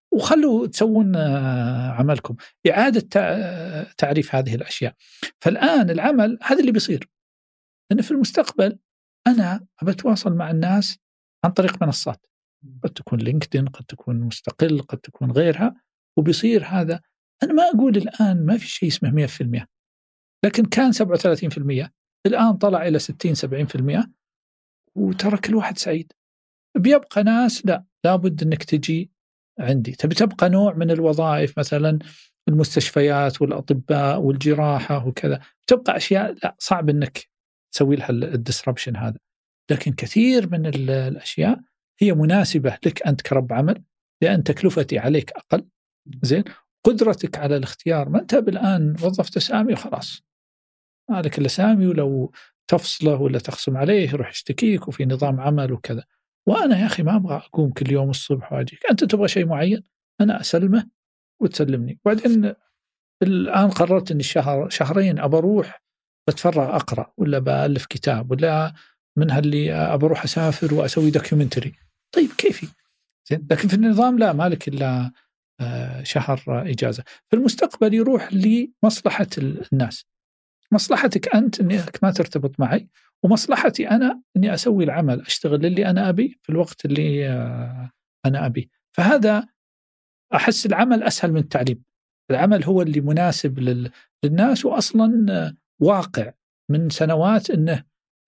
وخلوا تسوون عملكم، إعادة تعريف هذه الأشياء. فالآن العمل هذا اللي بيصير، أن في المستقبل أنا بتواصل مع الناس عن طريق منصات، قد تكون لينكدين، قد تكون مستقل، قد تكون غيرها، وبيصير هذا. أنا ما أقول الآن ما في شيء اسمه 100%، لكن كان 37%، الآن طلع إلى 60-70%، وترى كل واحد سعيد. بيبقى ناس لا، لابد أنك تجي عندي، تبي تبقى نوع من الوظائف مثلا المستشفيات والأطباء والجراحة وكذا، تبقى أشياء لا، صعب أنك تسوي لها الديسربشن هذا. لكن كثير من الأشياء هي مناسبة لك أنت كرب عمل، لأن تكلفتي عليك أقل، زين، قدرتك على الاختيار. ما أنت بالآن وظفت سامي وخلاص، مالك إلا سامي، ولو تفصله ولا تخصم عليه يروح يشتكيك، وفي نظام عمل وكذا. وأنا يا أخي ما أبغى أقوم كل يوم الصبح وأجيك، أنت تبغى شيء معين أنا أسلمه وتسلمني. وبعدين الآن قررت أني شهرين أبى أروح بتفرغ أقرأ، ولا بألف كتاب، ولا منها اللي أبى أروح أسافر وأسوي دوكيومنتري. طيب كيفي، زين. لكن في النظام لا، مالك إلا شهر إجازة. في المستقبل يروح لمصلحة الناس، مصلحتك أنت أنك ما ترتبط معي، ومصلحتي أنا أني أسوي العمل، أشتغل اللي أنا أبي في الوقت اللي أنا أبي. فهذا أحس العمل أسهل من التعليم. العمل هو اللي مناسب للناس، وأصلا واقع من سنوات أنه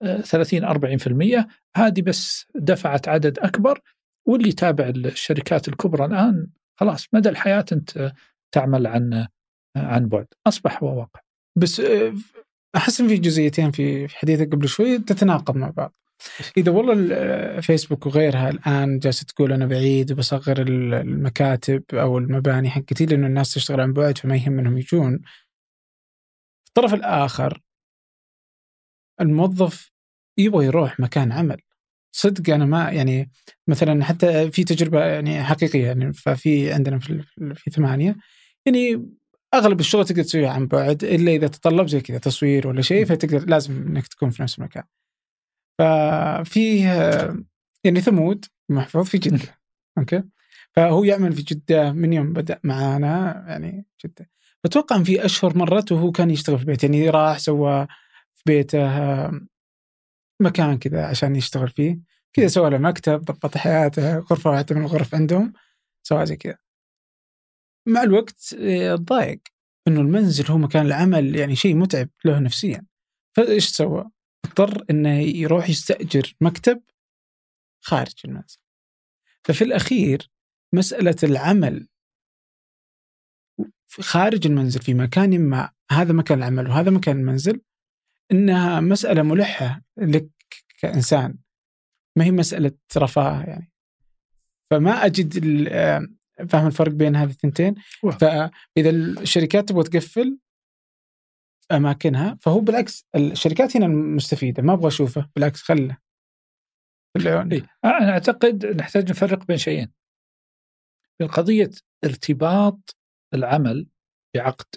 30-40%. هذه بس دفعت عدد أكبر، واللي يتابع الشركات الكبرى الآن خلاص مدى الحياة أنت تعمل عن بعد، أصبح هو واقع. بس أحس إن في جزئيتين في حديثك قبل شوي تتناقض مع بعض. إذا والله الفيسبوك وغيرها الآن جالسة تقول أنا بعيد وبصغر المكاتب أو المباني حقتي لأنه الناس تشتغل عن بعد فما يهم منهم يجون، الطرف الآخر الموظف يبغى يروح مكان عمل. صدق أنا ما يعني مثلا حتى في تجربة يعني حقيقية، يعني ففي عندنا في 8 يعني أغلب الشغل تقدر تسويه عن بعد إلا إذا تطلب زي كذا تصوير ولا شيء، فتقدر لازم إنك تكون في نفس المكان. ففيه يعني ثمود محفوظ في جدة أوكي، فهو يعمل في جدة من يوم بدأ معانا يعني جدة. أتوقع أن في أشهر مرت وهو كان يشتغل في البيت، يعني راح سوى في بيته مكان كذا عشان يشتغل فيه كذا، سوى له مكتب، ضبط حياته، غرفة واحدة من الغرف عندهم سوى زي كذا. مع الوقت ضايق إنه المنزل هو مكان العمل، يعني شيء متعب له نفسيا. فإيش سوى؟ اضطر إنه يروح يستأجر مكتب خارج المنزل. ففي الأخير مسألة العمل خارج المنزل في مكان ما، هذا مكان العمل وهذا مكان المنزل، إنها مسألة ملحة لك كإنسان، ما هي مسألة رفاه يعني. فما أجد فهم الفرق بين هذه الثنتين. فإذا الشركات تبغى تقفل أماكنها، فهو بالعكس الشركات هنا المستفيدة، ما أبغى أشوفه، بالعكس خله. أنا أعتقد نحتاج نفرق بين شيئين، بين قضية ارتباط العمل بعقد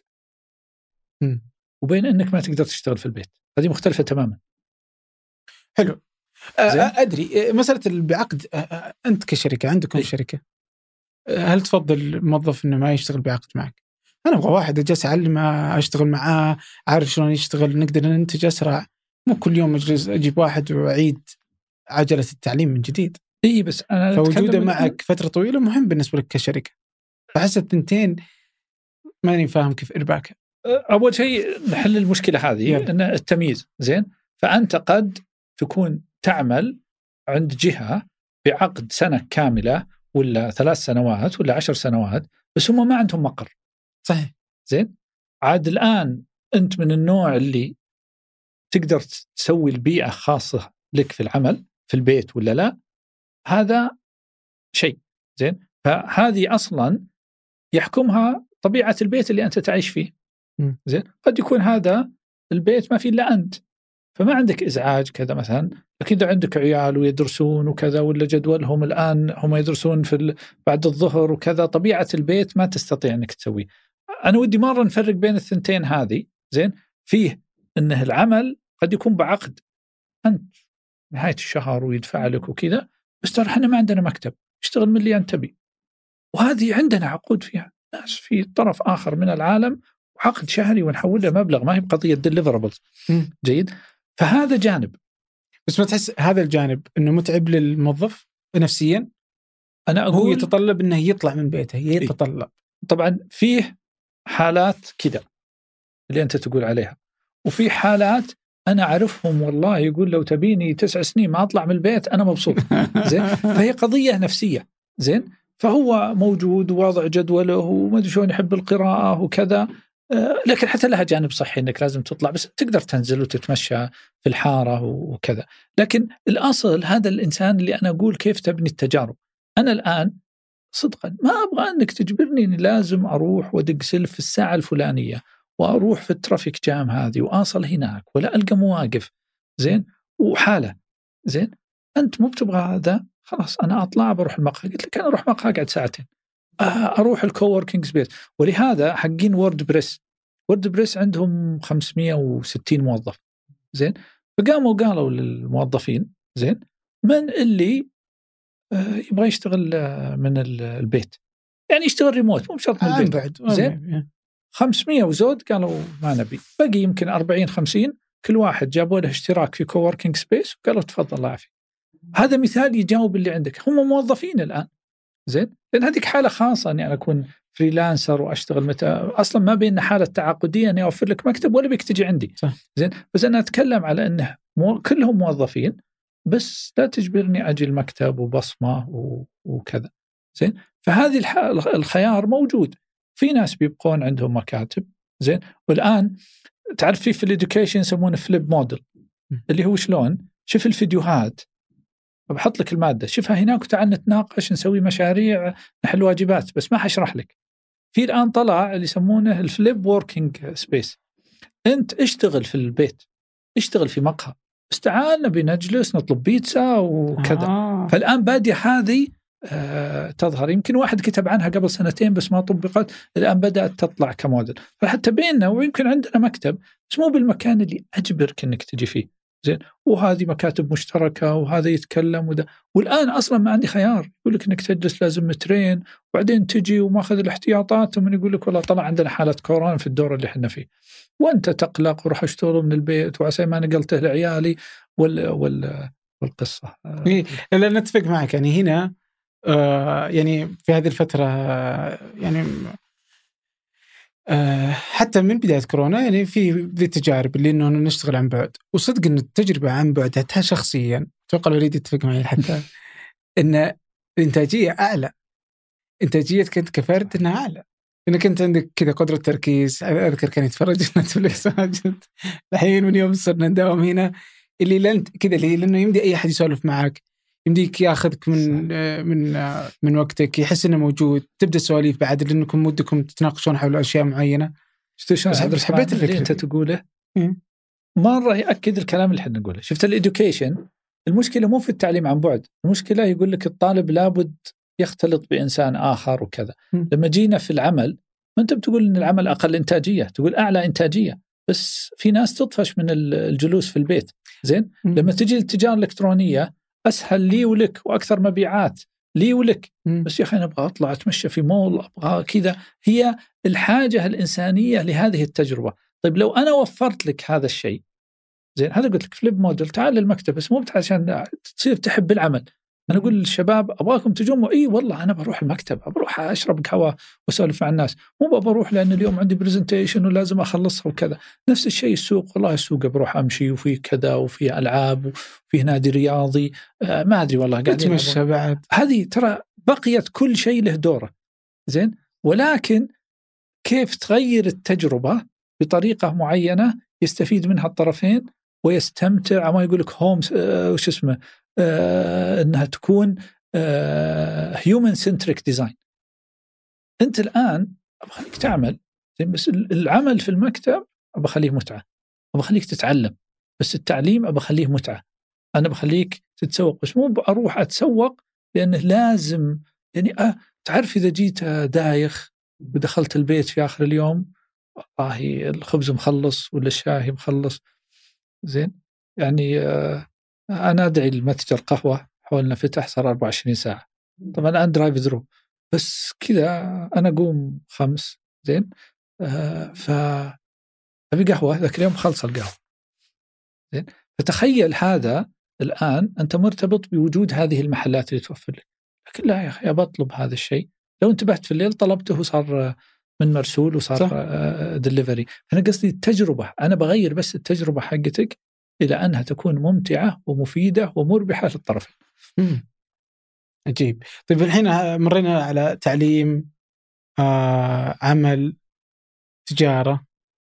وبين أنك ما تقدر تشتغل في البيت. هذه مختلفة تماما. حلو. أدري مسألة بعقد، أنت كشركة عندكم شركة، هل تفضل الموظف إنه ما يشتغل بعقد معك؟ أنا أبغى واحد أجلس أعلمه، أشتغل معاه، عارف شلون يشتغل، نقدر ننتج أسرع. مو كل يوم أجيب واحد وأعيد عجلة التعليم من جديد. إيه بس أنا فوجوده معك فترة طويلة مهم بالنسبة لك كشركة. فحس التنتين ماني فاهم كيف إرباكها. أول شيء نحل المشكلة هذه أن التمييز. زين، فأنت قد تكون تعمل عند جهة بعقد سنة كاملة ولا 3 سنوات ولا 10 سنوات، بس هم ما عندهم مقر. صحيح. زين، عاد الآن أنت من النوع اللي تقدر تسوي البيئة خاصة لك في العمل في البيت ولا لا، هذا شيء. زين، فهذه أصلا يحكمها طبيعة البيت اللي أنت تعيش فيه. زين، قد يكون هذا البيت ما فيه إلا أنت، فما عندك إزعاج كذا مثلا. لكن إذا عندك عيال ويدرسون وكذا، ولا جدولهم الآن هم يدرسون بعد الظهر وكذا، طبيعة البيت ما تستطيع أنك تسوي. أنا ودي مرة نفرق بين الثنتين هذه. زين، فيه أنه العمل قد يكون بعقد أنت نهاية الشهر ويدفع لك وكذا، بس ترى احنا ما عندنا مكتب، اشتغل من اللي أنت تبي. وهذه عندنا عقود فيها ناس في طرف آخر من العالم، وعقد شهري ونحوله مبلغ، ما هي بقضية deliverables. جيد. فهذا جانب. بس ما تحس هذا الجانب إنه متعب للموظف نفسيا؟ أنا أقول هو يتطلب إنه يطلع من بيته، يتطلب. طبعا فيه حالات كذا اللي أنت تقول عليها، وفي حالات أنا أعرفهم والله يقول لو تبيني 9 سنين ما أطلع من البيت أنا مبسوط. زين. فهي قضية نفسية. زين. فهو موجود وواضع جدوله وما أدري شلون يحب القراءة وكذا، لكن حتى لها جانب صحي إنك لازم تطلع، بس تقدر تنزل وتتمشى في الحارة وكذا. لكن الأصل هذا الإنسان اللي أنا أقول كيف تبني التجارب. أنا الآن صدقا ما أبغى أنك تجبرني إني لازم أروح وأدق سلف في الساعة الفلانية وأروح في الترافيك جام هذه وأصل هناك ولا ألقى مواقف. زين. وحالة. زين. أنت مو بتبغى هذا، خلاص أنا أطلع بروح المقهى. قلت لك أنا أروح مقهى قاعد 2 ساعتين، أروح الكووركينج سبيس. ولهذا حقين ووردبريس عندهم 560 موظف. زين. فقاموا قالوا للموظفين زين من اللي يبغى يشتغل من البيت، يعني يشتغل ريموت مو بشرط من البيت. زين. 500 وزود قالوا ما نبي، بقي يمكن 40-50 كل واحد جابوا له اشتراك في كووركينج سبيس وقالوا تفضل الله يعافيك. هذا مثال يجاوب اللي عندك. هم موظفين الآن. زين. لأن هذيك حالة خاصة أني أنا أكون فريلانسر وأشتغل متى، أصلا ما بيننا حالة تعاقدية أني أوفر لك مكتب ولا بيك تجي عندي. صح. زين. بس أنا أتكلم على أنه كلهم موظفين، بس لا تجبرني أجي المكتب وبصمة وكذا. زين. فهذه الخيار موجود. في ناس بيبقون عندهم مكاتب. زين. والآن تعرف في الإدوكيشن يسمونه فليب موديل، اللي هو شلون؟ شوف الفيديوهات، بحط لك المادة شوفها هناك وتعال نتناقش نسوي مشاريع نحل واجبات، بس ما حشرح لك. في الآن طلع اللي يسمونه الفليب ووركينج سبيس. أنت اشتغل في البيت، اشتغل في مقهى، بس تعال نبي نجلس نطلب بيتزا وكذا. فالآن بادية هذه تظهر. يمكن واحد كتب عنها قبل 2 بس ما طبقت، الآن بدأت تطلع كموديل. فحتى بيننا ويمكن عندنا مكتب بس مو بالمكان اللي أجبرك أنك تجي فيه. زين. وهذه مكاتب مشتركة وهذا يتكلم وده. والآن أصلا ما عندي خيار، يقول لك أنك تجلس لازم مترين وبعدين تجي وماخذ الاحتياطات، ومن يقول لك والله طلع عندنا حالة كورونا في الدور اللي احنا فيه وأنت تقلق وروح اشتغل من البيت وعسى ما نقلته لعيالي والقصة. لا نتفق معك. يعني هنا يعني في هذه الفترة يعني حتى من بداية كورونا يعني في ذي تجارب اللي إنه نشتغل عن بعد. وصدق إن التجربة عن بعد حتى شخصيا أتوقع الوليد يتفق معي حتى إن الإنتاجية أعلى، إنتاجيتك أنت كفرد إنها أعلى، إنك أنت عندك كذا قدرة تركيز. أذكر كان يتفرج نتفليكس الحين من يوم صرنا نداوم هنا اللي لنت كذا اللي لأنه يمدي أي أحد يسولف معك، يمديك ياخذك من وقتك، يحس إنه موجود، تبدأ سواليف بعد لأنكم ودكم تتناقشون حول أشياء معينة. بس حبيت الفكرة اللي أنت تقوله مرة يأكد الكلام اللي احنا نقوله. شفت الإدوكيشن، المشكلة مو في التعليم عن بعد، المشكلة يقول لك الطالب لابد يختلط بإنسان آخر وكذا. لما جينا في العمل ما أنت بتقول إن العمل أقل إنتاجية، تقول أعلى إنتاجية، بس في ناس تطفش من الجلوس في البيت. زين. لما تجي التجارة الإلكترونية أسهل لي ولك وأكثر مبيعات لي ولك، بس يا أخي أنا أبغى أطلع أتمشى في مول، أبغى كذا. هي الحاجة الإنسانية لهذه التجربة. طيب لو أنا وفرت لك هذا الشيء، زين، هذا قلت لك فليب موديل، تعال للمكتب بس مو عشان تصير تحب العمل. أنا أقول للشباب أبغاكم تجوا، إيه والله أنا بروح المكتب، بروح أشرب قهوة وأسولف مع الناس، مو بروح لأن اليوم عندي برزنتيشن ولازم أخلصها وكذا. نفس الشيء السوق، والله السوق بروح أمشي وفيه كذا وفيه ألعاب وفيه نادي رياضي، ما أدري والله قاعد أتمشى بعد. هذه ترى بقيت كل شيء له دوره. زين. ولكن كيف تغير التجربة بطريقة معينة يستفيد منها الطرفين ويستمتع، ما يقول لك هوم وش اسمه انها تكون هيومن سنتريك ديزاين. انت الان ابغى خليك تعمل زين، بس العمل في المكتب ابغى خليه متعه، ابغى خليك تتعلم، بس التعليم ابغى خليه متعه. انا بخليك تتسوق بس مو اروح اتسوق لانه لازم. يعني تعرف اذا جيت دايخ ودخلت البيت في اخر اليوم والله الخبز مخلص ولا الشاي مخلص، زين، يعني أنا أدعي المتجر قهوة حولنا فتح صار 24 ساعة. طبعا الآن درايف ثرو، بس كذا أنا أقوم 5 زين فأبي قهوة، ذاك اليوم خلص القهوة زين. فتخيل هذا الآن أنت مرتبط بوجود هذه المحلات اللي توفر لك، لكن لا يا أخي أبى أطلب هذا الشيء، لو انتبهت في الليل طلبته وصار من مرسول وصار دليفري. أنا قصدي التجربة، أنا بغير بس التجربة حقتك إلى أنها تكون ممتعة ومفيدة ومربحة للطرفين. عجيب. طيب الحين مرينا على تعليم، عمل، تجارة،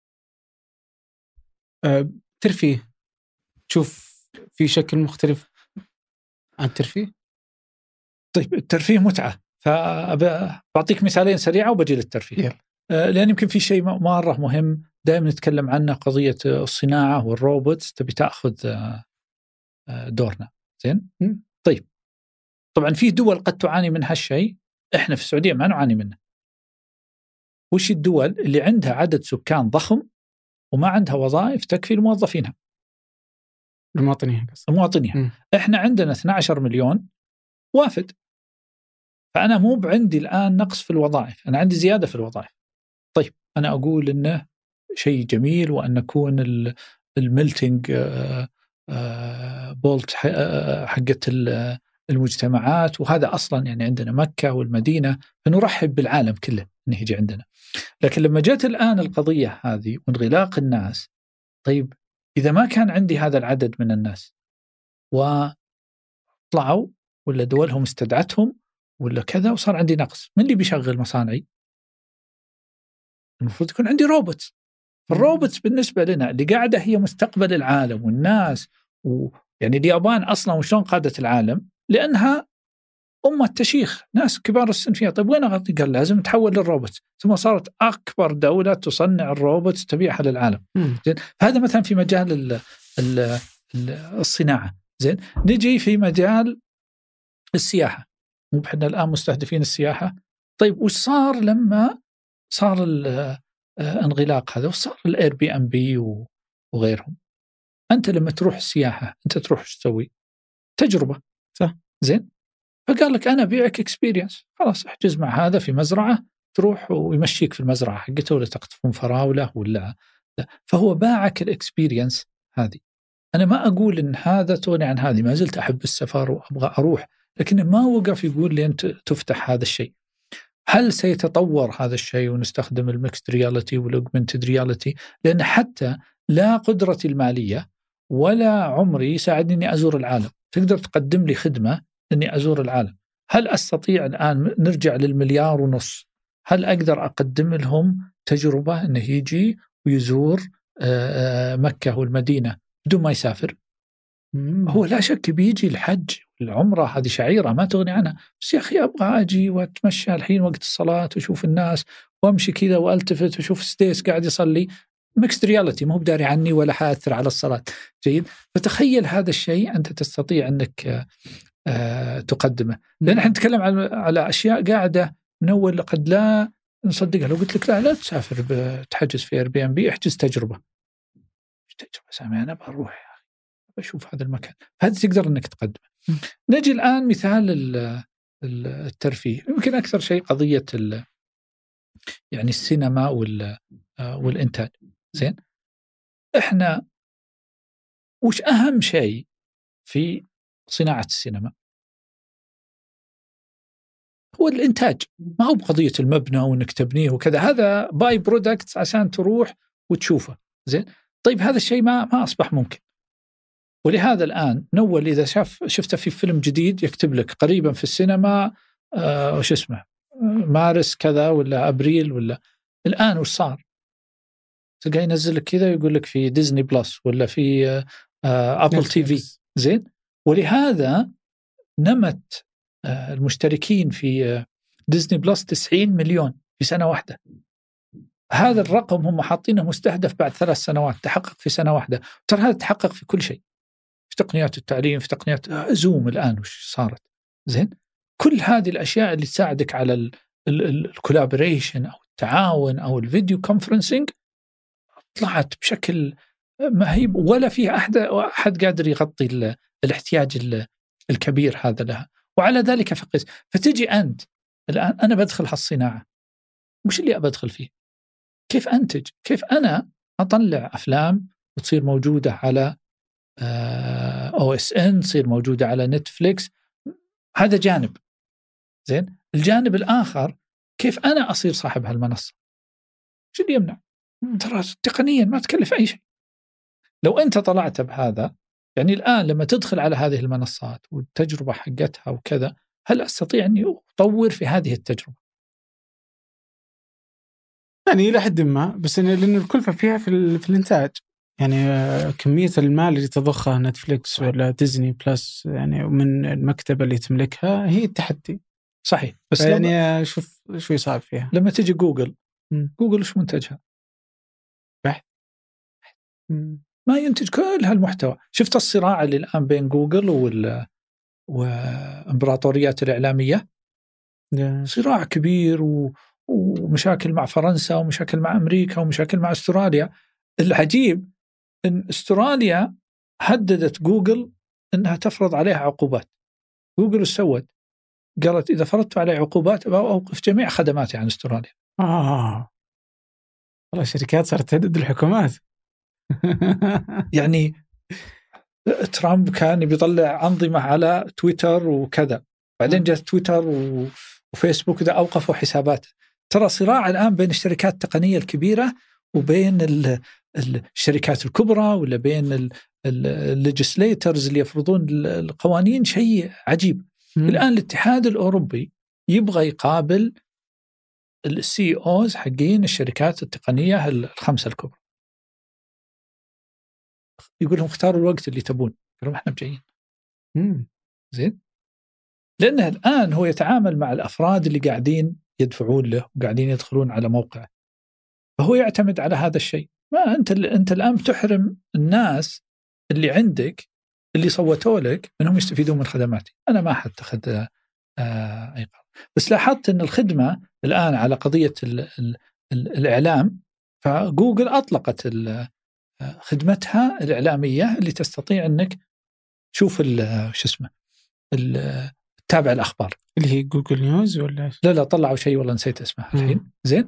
ترفيه. تشوف في شكل مختلف عن الترفيه؟ طيب الترفيه متعة، فبعطيك مثالين سريعة وبجي للترفيه. لأن يمكن في شيء مرة مهم دائما نتكلم عنه، قضية الصناعة والروبوتس تبي تأخذ دورنا زين. طيب طبعا في دول قد تعاني من هالشيء، احنا في السعودية ما نعاني منه. وش الدول اللي عندها عدد سكان ضخم وما عندها وظائف تكفي لموظفينها؟ المواطنين. احنا عندنا 12 مليون وافد، فأنا مو بعندي الآن نقص في الوظائف، أنا عندي زيادة في الوظائف. طيب أنا أقول إنه شيء جميل وأن نكون الملتنج بولت حقت المجتمعات، وهذا أصلا يعني عندنا مكة والمدينة، فنرحب بالعالم كله إنه يجي عندنا. لكن لما جت الآن القضية هذه وانغلاق الناس، طيب إذا ما كان عندي هذا العدد من الناس وطلعوا ولا دولهم استدعتهم ولا كذا وصار عندي نقص، من اللي بيشغل مصانعي؟ المفروض يكون عندي روبوت. الروبوتس بالنسبة لنا اللي قاعدة هي مستقبل العالم والناس، ويعني اليابان أصلا وشلون قادت العالم؟ لأنها أمة تشيخ، ناس كبار السن فيها. طيب وين أغطي؟ قال لازم نتحول للروبوت، ثم صارت أكبر دولة تصنع الروبوت تبيعها للعالم. زين، هذا مثلا في مجال الصناعة. زين، نجي في مجال السياحة، مو بحنا الآن مستهدفين السياحة. طيب وش صار لما صار الانغلاق هذا وصار الاير بي ام بي وغيرهم؟ أنت لما تروح السياحة أنت تروح ايش تسوي؟ تجربة، صح؟ زين، فقال لك أنا أبيعك إكسبيرينس، خلاص احجز مع هذا في مزرعة، تروح ويمشيك في المزرعة حقته، ولا تقطفون فراولة ولا لا. فهو باعك الإكسبيرينس هذه. أنا ما أقول إن هذا تغني عن هذه، ما زلت أحب السفر وأبغى أروح، لكن ما وقف يقول لي أنت تفتح هذا الشيء. هل سيتطور هذا الشيء ونستخدم الميكست رياليتي والأوجمنتد رياليتي؟ لأن حتى لا قدرتي المالية ولا عمري يساعدني إني أزور العالم. تقدر تقدم لي خدمة إني أزور العالم، هل أستطيع الآن نرجع ل1.5 مليار؟ هل أقدر أقدم لهم تجربة إنه يجي ويزور مكة والمدينة بدون ما يسافر؟ هو لا شك بيجي الحج العمرة، هذه شعيرة ما تغني عنها، بس يا أخي أبغى أجي وأتمشى الحين وقت الصلاة وأشوف الناس وأمشي كذا وألتفت وأشوف ستيس قاعد يصلي. ميكست رياليتي، ما هو بداري عني ولا حاثر على الصلاة. جيد، فتخيل هذا الشيء أنت تستطيع أنك تقدمه. لأن احنا نتكلم على أشياء قاعدة من أول قد لا نصدقها. لو قلت لك لا تسافر تحجز في اير بي ام بي، احجز تجربة سامي، أنا بروح أشوف هذا المكان، هذا تقدر أنك تقدمه. نجي الآن مثال الترفيه، يمكن أكثر شيء قضية يعني السينما والإنتاج. زين، إحنا وش أهم شيء في صناعة السينما؟ هو الإنتاج، ما هو بقضية المبنى وإنك تبنيه وكذا، هذا باي برودكتس عشان تروح وتشوفه. زين، طيب هذا الشيء ما أصبح ممكن، ولهذا الآن نول إذا شفته في فيلم جديد يكتب لك قريبا في السينما وش اسمه مارس كذا ولا أبريل، ولا الآن وش صار؟ تلقى ينزل لك كذا يقول لك في ديزني بلس ولا في أبل تي في. زين، ولهذا نمت المشتركين في ديزني بلس 90 مليون في سنة واحدة. هذا الرقم هم حاطينه مستهدف بعد 3 سنوات، تحقق في سنة واحدة. ترى هذا تحقق في كل شيء، في تقنيات التعليم، في تقنيات زوم الآن وش صارت. زين، كل هذه الأشياء اللي تساعدك على الكولابوريشن أو التعاون أو الفيديو كونفرنسينج طلعت بشكل مهيب، ولا فيها أحد قادر يغطي الاحتياج الكبير هذا لها. وعلى ذلك فقس، فتجي أنت الآن أنا بدخل هالصناعة، وش اللي أدخل فيه؟ كيف أنتج؟ كيف أنا أطلع أفلام وتصير موجودة على OSN، تصير موجودة على نتفليكس. هذا جانب. زين، الجانب الآخر كيف أنا أصير صاحب هالمنصة؟ شو اللي يمنع؟ ترى تقنيا ما تكلف أي شيء. لو أنت طلعت بهذا، يعني الآن لما تدخل على هذه المنصات والتجربة حقتها وكذا، هل أستطيع أني أطور في هذه التجربة؟ يعني إلى حد ما، بس لأن الكلفة فيها في الإنتاج. يعني كمية المال اللي تضخها نتفليكس ولا ديزني بلس يعني ومن المكتبة اللي تملكها هي التحدي. صحيح. بس يعني شوف شوي صعب فيها. لما تجي جوجل وش منتجها؟ بحث. ما ينتج كل هالمحتوى. شفت الصراع اللي الآن بين جوجل وإمبراطوريات الإعلامية؟ صراع كبير ومشاكل مع فرنسا ومشاكل مع أمريكا ومشاكل مع أستراليا. العجيب إن أستراليا هددت جوجل إنها تفرض عليها عقوبات. جوجل سوت، قالت إذا فرضت علي عقوبات أوقف جميع خدماتي عن أستراليا. والله الشركات صارت تهدد الحكومات. يعني ترامب كان بيطلع أنظمة على تويتر وكذا، بعدين جاء تويتر وفيسبوك إذا أوقفوا حسابات. ترى صراع الآن بين الشركات التقنية الكبيرة وبين الشركات الكبرى، ولا بين الليجسليترز اللي يفرضون القوانين. شيء عجيب. الآن الاتحاد الأوروبي يبغى يقابل السي اوز حقين الشركات التقنية الخمسة الكبرى، يقول لهم اختاروا الوقت اللي تبون. قالوا احنا بجايين. زين، لأنه الآن هو يتعامل مع الأفراد اللي قاعدين يدفعون له وقاعدين يدخلون على موقعه، فهو يعتمد على هذا الشيء. ما أنت الآن تحرم الناس اللي عندك اللي صوتوا لك أنهم يستفيدون من خدماتي. أنا ما حتخذ أي قرار. بس لاحظت أن الخدمة الآن على قضية الإعلام، فجوجل أطلقت خدمتها الإعلامية اللي تستطيع أنك تشوف شو اسمه تتابع الأخبار اللي هي جوجل نيوز ولا لا طلعوا شيء والله نسيت اسمه الحين. زين،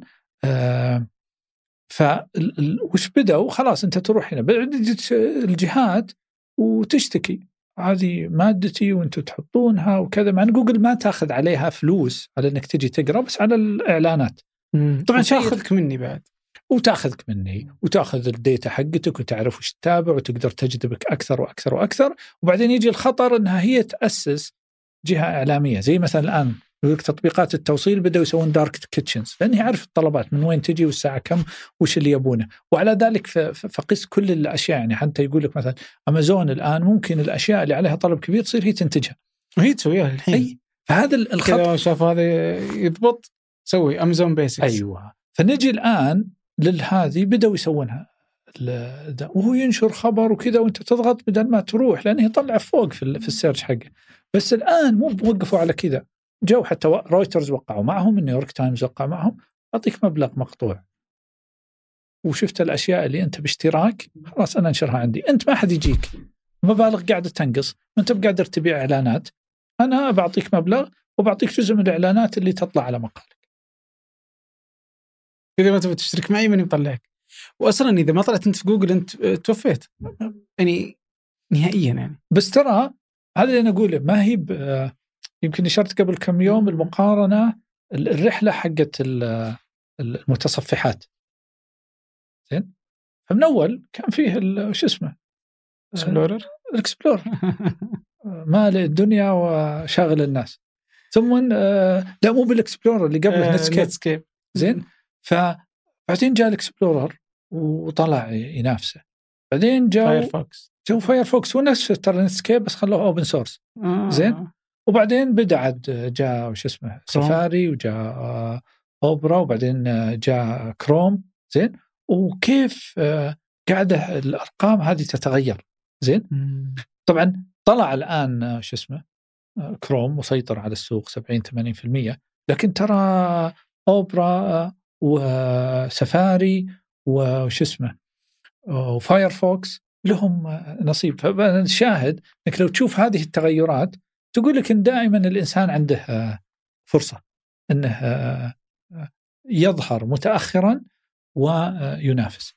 وش بدأوا خلاص أنت تروح هنا الجهات وتشتكي هذه مادتي وأنتم تحطونها وكذا، مع أن جوجل ما تأخذ عليها فلوس على أنك تجي تقرأ، بس على الإعلانات. طبعا تأخذك مني بعد، وتأخذك مني وتأخذ الديتا حقتك وتعرف وش تتابع وتقدر تجذبك أكثر وأكثر وأكثر. وبعدين يجي الخطر أنها هي تأسس جهة إعلامية، زي مثلا الآن تطبيقات التوصيل بدأوا يسوون دارك كيتشنز، لأنه يعرف الطلبات من وين تجي والساعة كم وش اللي يبونه. وعلى ذلك فقس كل الأشياء. يعني حتى يقول لك مثلا أمازون الآن ممكن الأشياء اللي عليها طلب كبير تصير هي تنتجها وهي تسويها الحين. أي، فهذا الخطر. شاف هذا يضبط سوي أمازون بيسكس. أيوة، فنجي الآن للهذه بدأوا يسوونها وهو ينشر خبر وكذا وانت تضغط بدل ما تروح، لأنه يطلع فوق في السيرش حقه. بس الآن مو وقفوا على كذا، جو حتى رويترز وقعوا معهم، نيويورك تايمز وقع معهم، أعطيك مبلغ مقطوع وشفت الأشياء اللي أنت باشتراك خلاص أنا أنشرها عندي. أنت ما حد يجيك، مبالغ قاعدة تنقص، أنت بقادر تبيع إعلانات، أنا بعطيك مبلغ وبعطيك جزء من الإعلانات اللي تطلع على مقالك. إذا ما تبغى تشترك معي من يطلعك. وأصلا إذا ما طلعت أنت في جوجل أنت توفيت يعني نهائيا. يعني بس ترى هذا اللي أنا أقوله، ما هي يمكن نشرت قبل كم يوم المقارنة الرحلة حقت المتصفحات. زين، فمن أول كان فيه شو اسمه الإكسبلورر مال الدنيا وشاغل الناس، ثم لا مو بالإكسبلورر اللي قبله نتسكيب. زين، فبعدين جاء الإكسبلورر وطلع ينافسه، بعدين جاء فايرفوكس ونفس ترى نتسكيب بس خلوه اوبن سورس. زين، وبعدين بدأ جاء وش اسمه سفاري وجاء اوبرا وبعدين جاء كروم. زين، وكيف قاعدة الأرقام هذه تتغير. زين، طبعا طلع الآن وش اسمه كروم مسيطر على السوق 70-80%، لكن ترى اوبرا وسفاري وش اسمه وفايرفوكس لهم نصيب. فالشاهد انك لو تشوف هذه التغيرات تقول لك ان دائما الانسان عنده فرصه أنه يظهر متأخرا وينافس.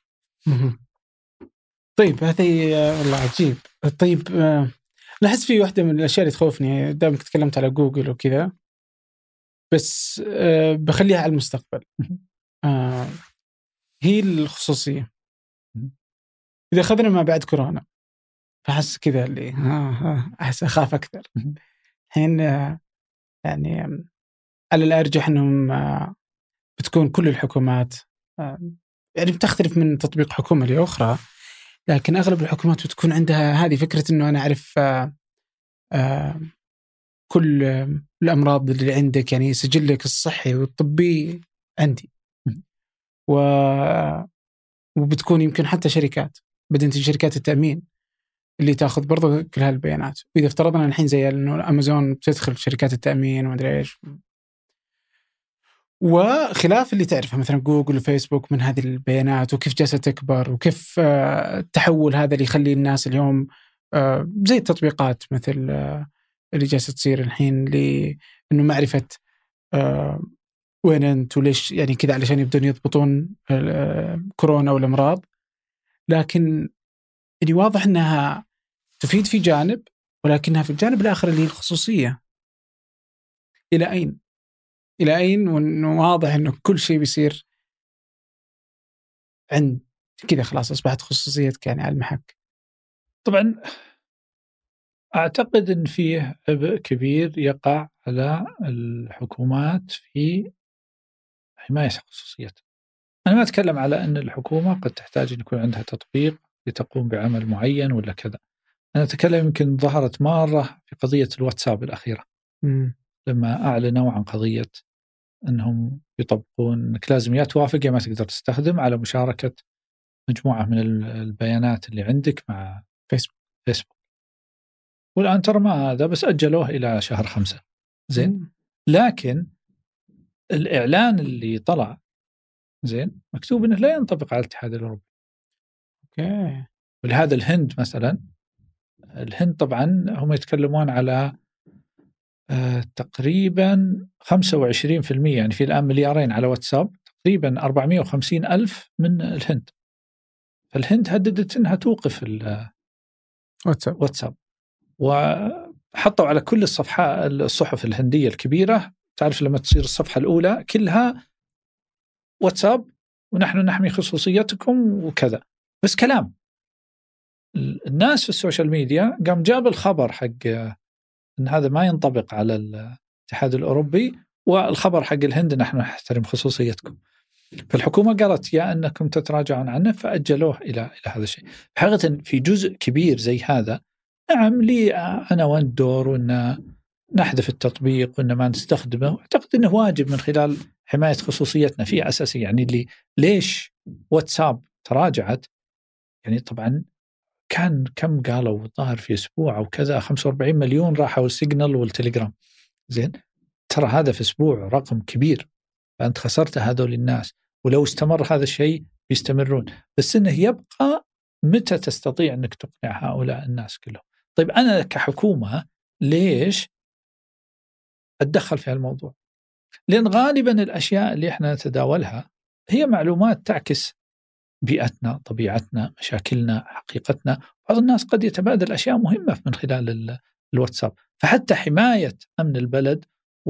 طيب هذه والله عجيب. طيب لاحظت في واحدة من الأشياء اللي تخوفني دامك تكلمت على جوجل وكذا، بس بخليها على المستقبل. هي الخصوصية. إذا أخذنا ما بعد كورونا فحس كذا اللي أحس أخاف أكثر الحين. يعني على الأرجح أنهم بتكون كل الحكومات يعني بتختلف من تطبيق حكومة لأخرى، لكن أغلب الحكومات بتكون عندها هذه فكرة أنه أنا أعرف كل الأمراض اللي عندك، يعني سجلك الصحي والطبي عندي. وبتكون يمكن حتى شركات بدأت شركات التأمين اللي تأخذ برضو كل هالبيانات. وإذا افترضنا الحين زي إنه أمازون بتدخل شركات التأمين وما أدري إيش، وخلاف اللي تعرفه مثلا جوجل وفيسبوك من هذه البيانات وكيف جالسة تكبر وكيف التحول هذا اللي يخلي الناس اليوم زي التطبيقات مثل اللي جالسة تصير الحين لأنه معرفة وين أنت وليش يعني كذا علشان يبدون يضبطون كورونا والأمراض. لكن يعني واضح أنها تفيد في جانب، ولكنها في الجانب الآخر اللي هي الخصوصية إلى أين؟ إلى أين؟ وأنه واضح أنه كل شيء بيصير عند كذا خلاص أصبحت خصوصيتك يعني على المحك. طبعا أعتقد أن فيه عبء كبير يقع على الحكومات في حماية خصوصيتها. أنا ما أتكلم على أن الحكومة قد تحتاج أن يكون عندها تطبيق لتقوم بعمل معين ولا كذا. أنا أتكلم يمكن ظهرت مرة في قضية الواتساب الأخيرة لما أعلنوا عن قضية أنهم يطبقون أنك لازم يا توافق يا ما تقدر تستخدم على مشاركة مجموعة من البيانات اللي عندك مع فيسبوك. والآن ترى ما هذا بس أجلوه إلى شهر 5. زين. لكن الإعلان اللي طلع زين مكتوب أنه لا ينطبق على الاتحاد الأوروبي. أوكي. ولهذا الهند مثلا، الهند طبعا هم يتكلمون على تقريبا 25%، يعني في الآن 2 مليار على واتساب، تقريبا 450,000 من الهند. فالهند هددت أنها توقف واتساب وحطوا على كل الصحف الهندية الكبيرة، تعرف لما تصير الصفحة الأولى كلها واتساب ونحن نحمي خصوصيتكم وكذا، بس كلام. الناس في السوشيال ميديا قام جاب الخبر حق أن هذا ما ينطبق على الاتحاد الأوروبي، والخبر حق الهند نحن نحترم خصوصيتكم. فالحكومة قالت يا أنكم تتراجعون عنه، فأجلوه إلى هذا الشيء. حقيقة في جزء كبير زي هذا نعم لي أنا وأنت دور، وأن نحذف التطبيق وأن ما نستخدمه. أعتقد أنه واجب من خلال حماية خصوصيتنا في أساسي. يعني اللي ليش واتساب تراجعت، يعني طبعا كان كم قالوا ظاهر في أسبوع أو كذا 45 مليون راحوا السيجنال والتليجرام. زين، ترى هذا في أسبوع رقم كبير، فأنت خسرت هذول الناس، ولو استمر هذا الشيء بيستمرون. بس إنه يبقى متى تستطيع أنك تقنع هؤلاء الناس كلهم؟ طيب أنا كحكومة ليش أتدخل في هالموضوع؟ لأن غالبا الأشياء اللي إحنا نتداولها هي معلومات تعكس بيئتنا، طبيعتنا، مشاكلنا، حقيقتنا. بعض الناس قد يتبادل أشياء مهمة من خلال الواتساب. فحتى حماية أمن البلد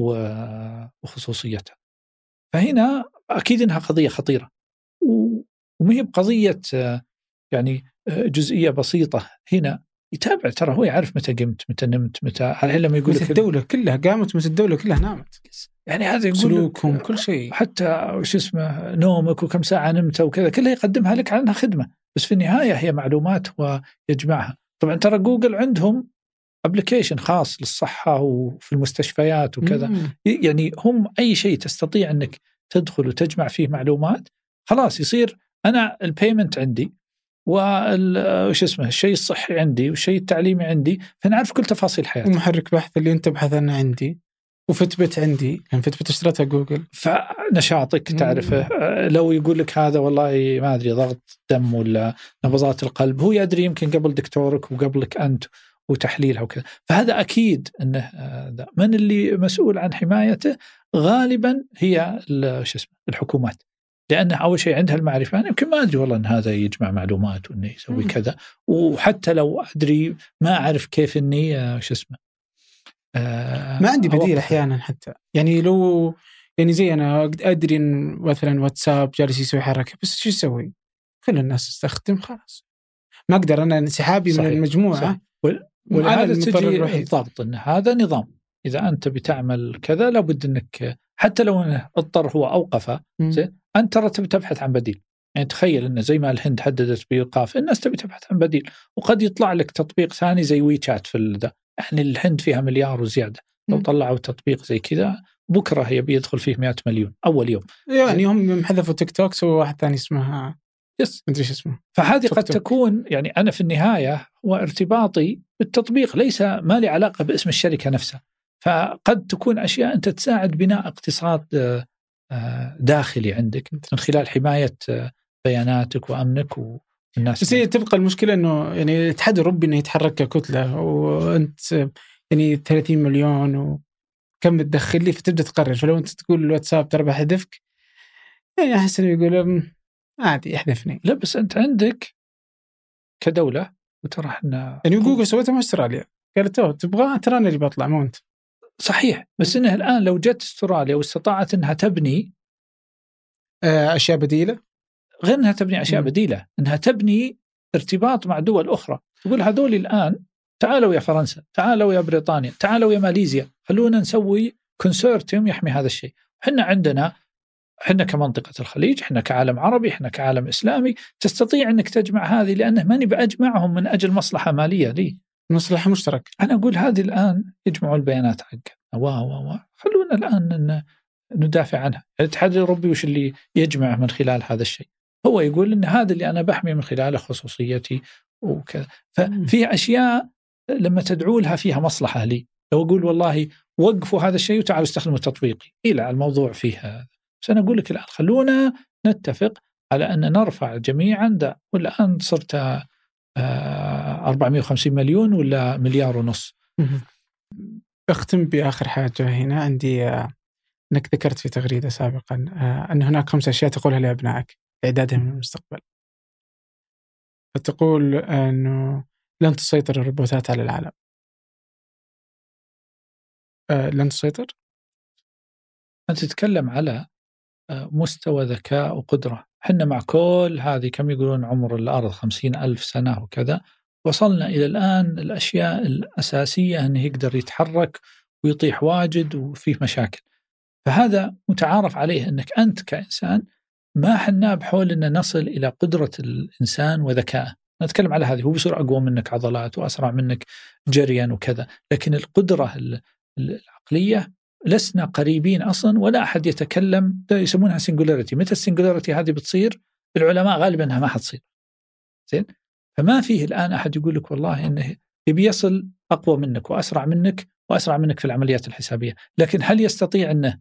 وخصوصيتها، فهنا أكيد أنها قضية خطيرة، وما هي بقضية يعني جزئية بسيطة. هنا يتابع، ترى هو يعرف متى قمت، متى نمت، متى هل لما يقول لك الدولة كلها قامت، متى الدولة كلها نامت. يعني هذا يقول سلوكهم كل شيء، حتى وش اسمه نومك وكم ساعة نمت وكذا، كلها يقدمها لك عنها خدمة. بس في النهاية هي معلومات ويجمعها. طبعا ترى جوجل عندهم أبليكيشن خاص للصحة وفي المستشفيات وكذا. يعني هم أي شيء تستطيع أنك تدخل وتجمع فيه معلومات، خلاص يصير أنا البيمنت عندي وش اسمه الشيء الصحي عندي والشيء التعليمي عندي، فنعرف كل تفاصيل حياتي. ومحرك بحث اللي أنت بحث عنه عندي، وفتبت عندي، لأن فتبت اشترتها جوجل. فنشاطك تعرفه، لو يقول لك هذا والله ما أدري ضغط دم ولا نبضات القلب، هو يدري يمكن قبل دكتورك وقبلك أنت وتحليلها وكذا. فهذا أكيد أنه من اللي مسؤول عن حمايته؟ غالبا هي الحكومات، لأنها أول شيء عندها المعرفة. أنا يمكن ما أدري والله أن هذا يجمع معلومات وأنه يسوي كذا، وحتى لو أدري ما أعرف كيف أني ما عندي بديل أحيانا حتى. يعني لو يعني زي أنا أدري إن مثلا واتساب جالس يسوي حركة، بس شو يسوي؟ كل الناس تستخدم، خلاص ما أقدر أنا انسحابي من المجموعة. ولهذا تجي الضبط أن هذا نظام. إذا أنت بتعمل كذا لابد أنك حتى لو أنه اضطر هو أوقفه، أنت ترى تبي تبحث عن بديل. يعني تخيل أنه زي ما الهند حددت بإيقاف، الناس تبي تبحث عن بديل، وقد يطلع لك تطبيق ثاني زي ويتشات في يعني الهند فيها مليار وزيادة، لو طلعوا تطبيق زي كذا بكرة هي بيدخل فيه 100 مليون أول يوم. يعني هم حذفوا تيك توك، سووا واحد ثاني اسمها مدري ايش اسمه. فهذه قد تكون يعني أنا في النهاية هو ارتباطي بالتطبيق، ليس ما لي علاقة باسم الشركة نفسها. فقد تكون أشياء أنت تساعد بناء اقتصاد داخلي عندك من خلال حماية بياناتك وأمنك والناس. بس هي تبقى المشكلة إنه يعني الاتحاد الأوروبي إنه يتحرك ككتلة، وأنت يعني 30 مليون وكم تدخل لي، فتبدأ تقرر. فلو أنت تقول الواتساب ترى بحذفك، يعني أحس إنه يقول عادي احذفني. لا بس أنت عندك كدولة، وترى إحنا يعني جوجل سويتها مع أستراليا، قالت تبغى ترى أنا اللي بطلع مو أنت. صحيح، بس إنها الآن لو جت أستراليا واستطاعت إنها تبني أشياء بديلة، غير إنها تبني أشياء بديلة، إنها تبني ارتباط مع دول أخرى، تقول هذول الآن تعالوا يا فرنسا، تعالوا يا بريطانيا، تعالوا يا ماليزيا، خلونا نسوي كونسورتيوم يحمي هذا الشيء. حنا كمنطقة الخليج، حنا كعالم عربي، حنا كعالم إسلامي، تستطيع أنك تجمع هذه، لأنه ماني بأجمعهم من أجل مصلحة مالية لي، مصلحة مشترك. أنا أقول هذه الآن يجمعوا البيانات حقنا، خلونا الآن ندافع عنها. الاتحاد الأوروبي وش اللي يجمع من خلال هذا الشيء؟ هو يقول إن هذا اللي أنا بحمي من خلاله خصوصيتي وكذا. ففي أشياء لما تدعو لها فيها مصلحة لي، لو أقول والله وقفوا هذا الشيء وتعالوا استخدموا تطبيقي، لا الموضوع فيها. بس أنا أقول لك الآن خلونا نتفق على أن نرفع جميعا ده، والآن صرت 450 مليون ولا 1.5 مليار. أختم بآخر حاجة هنا عندي. أنك ذكرت في تغريدة سابقا أن هناك 5 أشياء تقولها لأبنائك إعدادهم من المستقبل. فتقول أنه لن تسيطر الروبوتات على العالم. لن تسيطر؟ أنت تتكلم على مستوى ذكاء وقدرة. حنا مع كل هذه كم يقولون عمر الأرض 50,000 سنة وكذا، وصلنا إلى الآن الأشياء الأساسية أنه يقدر يتحرك ويطيح واجد وفيه مشاكل. فهذا متعارف عليه أنك أنت كإنسان ما حنا بحول أن نصل إلى قدرة الإنسان وذكائه. نتكلم على هذه، هو بصير أقوى منك عضلات وأسرع منك جريا وكذا، لكن القدرة العقلية لسنا قريبين أصلا، ولا أحد يتكلم. يسمونها سينجولاريتي. متى السينجولاريتي هذه بتصير؟ العلماء غالبا أنها ما حتصير. زين، فما فيه الآن أحد يقول لك والله إنه يبي يصل أقوى منك وأسرع منك وأسرع منك في العمليات الحسابية، لكن هل يستطيع أنه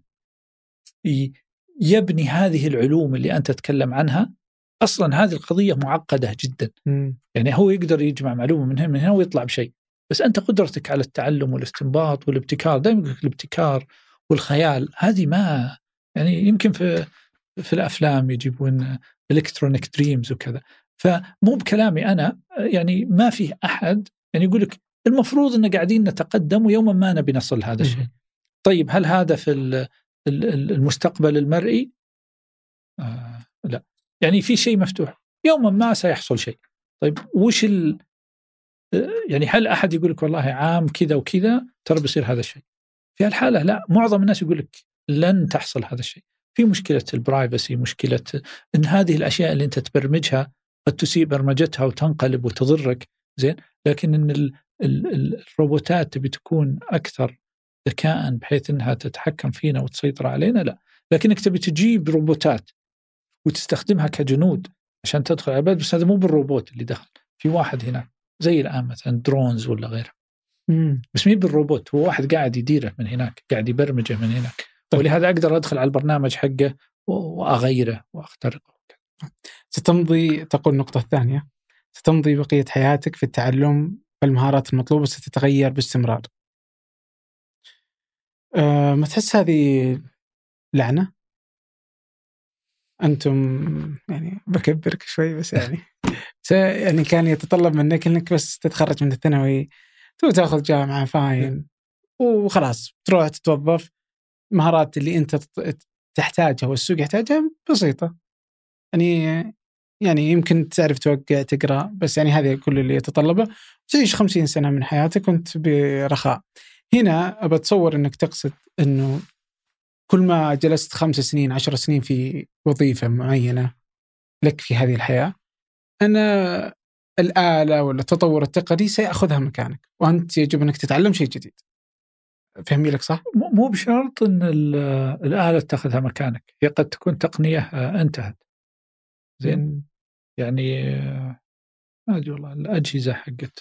يبني هذه العلوم اللي أنت تتكلم عنها؟ أصلا هذه القضية معقدة جدا. يعني هو يقدر يجمع معلومة من هنا ويطلع بشيء، بس أنت قدرتك على التعلم والاستنباط والابتكار، دائما يقول الابتكار والخيال، هذه ما يعني يمكن في الأفلام يجيبون إلكترونيك دريمز وكذا. فمو بكلامي أنا، يعني ما فيه أحد يعني يقول لك المفروض أن قاعدين نتقدم ويوما ما نبي نصل هذا الشيء. طيب هل هذا في المستقبل المرئي؟ لا، يعني في شيء مفتوح، يوما ما سيحصل شيء. طيب وش يعني هل أحد يقول لك والله عام كذا وكذا ترى بيصير هذا الشيء؟ في الحالة لا، معظم الناس يقول لك لن تحصل هذا الشيء. في مشكلة البرايفسي، مشكلة أن هذه الأشياء اللي أنت تبرمجها قد تسيء برمجتها وتنقلب وتضرك. زين، لكن أن الروبوتات تبي تكون أكثر ذكاء بحيث أنها تتحكم فينا وتسيطر علينا، لا. لكنك تبي تجيب روبوتات وتستخدمها كجنود عشان تدخل عباد، بس هذا مو بالروبوت اللي دخل، في واحد هنا زي الآن مثلا درونز ولا غيرها، بس مين بالروبوت، هو واحد قاعد يديره من هناك، قاعد يبرمجه من هناك. ولهذا أقدر أدخل على البرنامج حقه وأغيره وأخترقه. ستمضي، تقول النقطة الثانية، ستمضي بقية حياتك في التعلم والمهارات المطلوبة ستتغير باستمرار. ما تحس هذه لعنة؟ أنتم يعني بكبرك شوي بس يعني يعني كان يتطلب منك أنك بس تتخرج من الثانوي تاخذ جامعة فاين وخلاص تروح تتوظف. مهارات اللي أنت تحتاجها والسوق يحتاجها بسيطة، يعني يمكن تعرف توقع تقرأ، بس يعني هذه كل اللي يتطلبه، تعيش 50 سنة من حياتك وانت برخاء. هنا أبى أتصور أنك تقصد أنه كل ما جلست 5 سنين 10 سنين في وظيفة معينة لك في هذه الحياة، أنا الآلة ولا التطور التقني سيأخذها مكانك، وأنت يجب أنك تتعلم شيء جديد. فهمي لك صح؟ مو بشرط أن الآلة تأخذها مكانك، هي قد تكون تقنية انتهت. زين يعني ما أدري والله الأجهزة حقت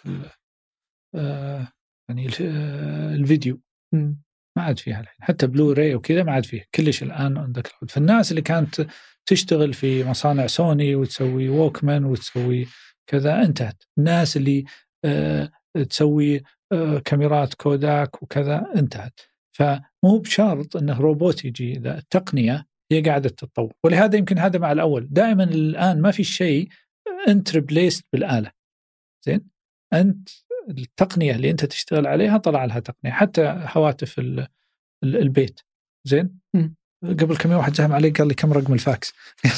يعني الفيديو ما عاد فيها الحين، حتى بلوراي وكذا ما عاد فيه كلش الآن عندك. فالناس اللي كانت تشتغل في مصانع سوني وتسوي ووكمان وتسوي كذا انتهت. الناس اللي تسوي كاميرات كوداك وكذا انتهت. فمو بشرط أنه روبوت يجي، لا، التقنية هي قاعدة تتطور. ولهذا يمكن هذا مع الأول دائما الآن ما في شيء أنت ريبليست بالآلة. زين، أنت التقنية اللي أنت تشتغل عليها طلع لها تقنية. حتى هواتف البيت. زين، قبل كم يوم واحد زهم علي قال لي كم رقم الفاكس.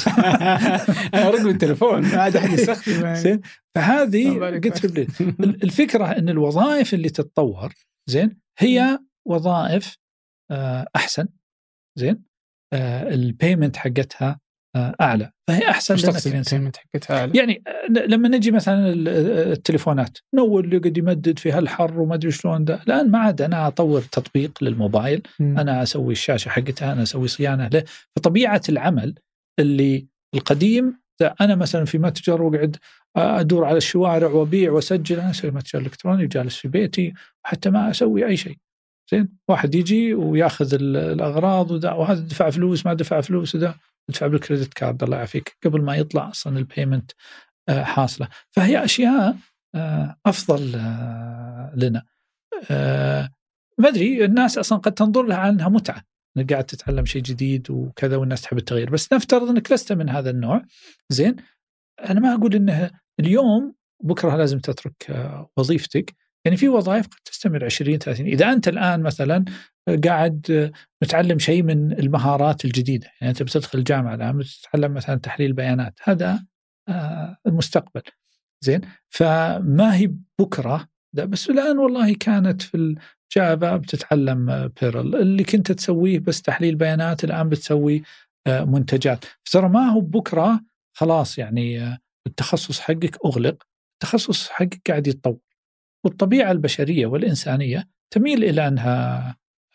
رقم التليفون ما عاد أحد يستخدمه. زين، فهذه قلت الفكرة أن الوظائف اللي تتطور زين هي وظائف أحسن. زين، البيمنت حقتها أعلى، فهي أحسن لنا حقتها. يعني لما نجي مثلا التليفونات نول اللي قد يمدد في هالحر وما أدري شلون ده، الآن ما عاد أنا أطور تطبيق للموبايل، أنا أسوي الشاشة حقتها، أنا أسوي صيانة له. فطبيعة العمل اللي القديم أنا مثلا في متجر وقعد أدور على الشوارع وبيع وسجل، أنا أسوي متجر إلكتروني وجالس في بيتي وحتى ما أسوي أي شيء. زين، واحد يجي وياخذ الأغراض وهذا دفع فلوس ما دفع فلوس وده تدفع بالكريدت كارد الله يعافيك قبل ما يطلع أصلا البيمنت حاصلة. فهي أشياء أفضل لنا. ما أدري، الناس أصلا قد تنظر لها عنها متعة أنك قاعد تتعلم شيء جديد وكذا والناس تحب التغيير، بس نفترض أنك لست من هذا النوع. زين، أنا ما أقول أنه اليوم بكرة لازم تترك وظيفتك. يعني في وظائف قد تستمر 20-30. إذا أنت الآن مثلا قاعد متعلم شيء من المهارات الجديدة، يعني أنت بتدخل الجامعة الآن بتتعلم مثلا تحليل بيانات، هذا المستقبل. زين، فما هي بكرة ده، بس الآن والله كانت في الجافا بتتعلم بيرل، اللي كنت تسويه بس تحليل بيانات الآن بتسوي منتجات. ترى ما هو بكرة خلاص يعني التخصص حقك أغلق، التخصص حقك قاعد يتطور، والطبيعة البشرية والإنسانية تميل إلى أنها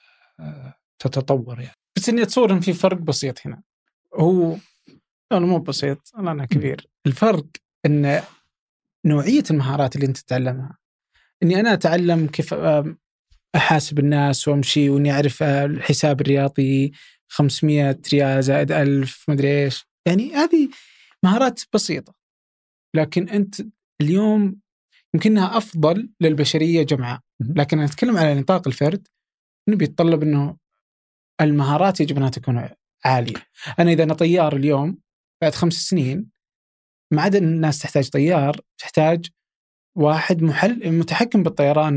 تتطور يعني. بس إني أتصور إن في فرق بسيط هنا، هو أنا مو بسيط، أنا كبير. الفرق إن نوعية المهارات اللي أنت تتعلمها، إني أنا أتعلم كيف أحاسب الناس وأمشي، وإني أعرف الحساب الرياضي 500 ريال زائد 1000 مدري إيش، يعني هذه مهارات بسيطة. لكن أنت اليوم يمكنها أفضل للبشرية جمعاء، لكن أنا أتكلم على نطاق الفرد، إنه بيتطلب إنه المهارات يجب أنها تكون عالية. أنا إذا أنا طيار اليوم بعد 5 سنين ما عاد الناس تحتاج طيار، تحتاج واحد متحكم بالطيران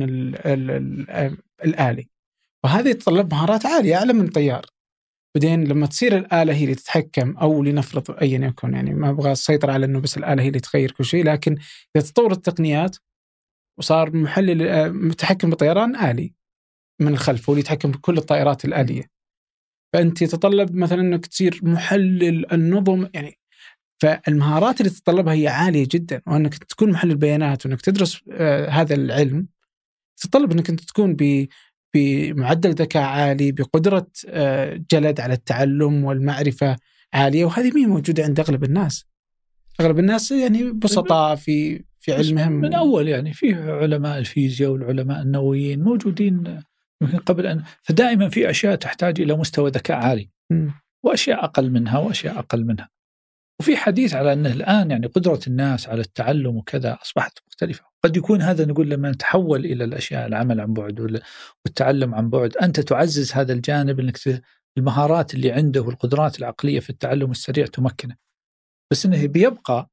الآلي، وهذا يتطلب مهارات عالية أعلى من الطيار. بعدين لما تصير الآلة هي اللي تتحكم، أو لنفرض أيا يكن، يعني ما أبغى أسيطر على أنه بس الآلة هي اللي تغير كل شيء، لكن إذا تطور التقنيات وصار محلل متحكم بالطيران آلي من الخلف، هو اللي يتحكم بكل الطائرات الآلية، فأنت يتطلب مثلا أنك تصير محلل النظم يعني. فالمهارات اللي تتطلبها هي عالية جدا، وأنك تكون محلل بيانات وأنك تدرس هذا العلم تتطلب أنك أنت تكون بمعدل ذكاء عالي، بقدرة جلد على التعلم والمعرفة عالية، وهذه مين موجودة عند أغلب الناس. أغلب الناس يعني بسطاء في علمهم من أول، يعني فيه علماء الفيزياء والعلماء النوويين موجودين يمكن قبل أن، فدائما في أشياء تحتاج إلى مستوى ذكاء عالي وأشياء أقل منها وأشياء أقل منها. وفي حديث على أنه الآن يعني قدرة الناس على التعلم وكذا أصبحت مختلفة. قد يكون هذا نقول لما نتحول إلى الأشياء العمل عن بعد والتعلم عن بعد، أنت تعزز هذا الجانب أنك المهارات اللي عنده والقدرات العقلية في التعلم السريع تمكنه، بس إنه بيبقى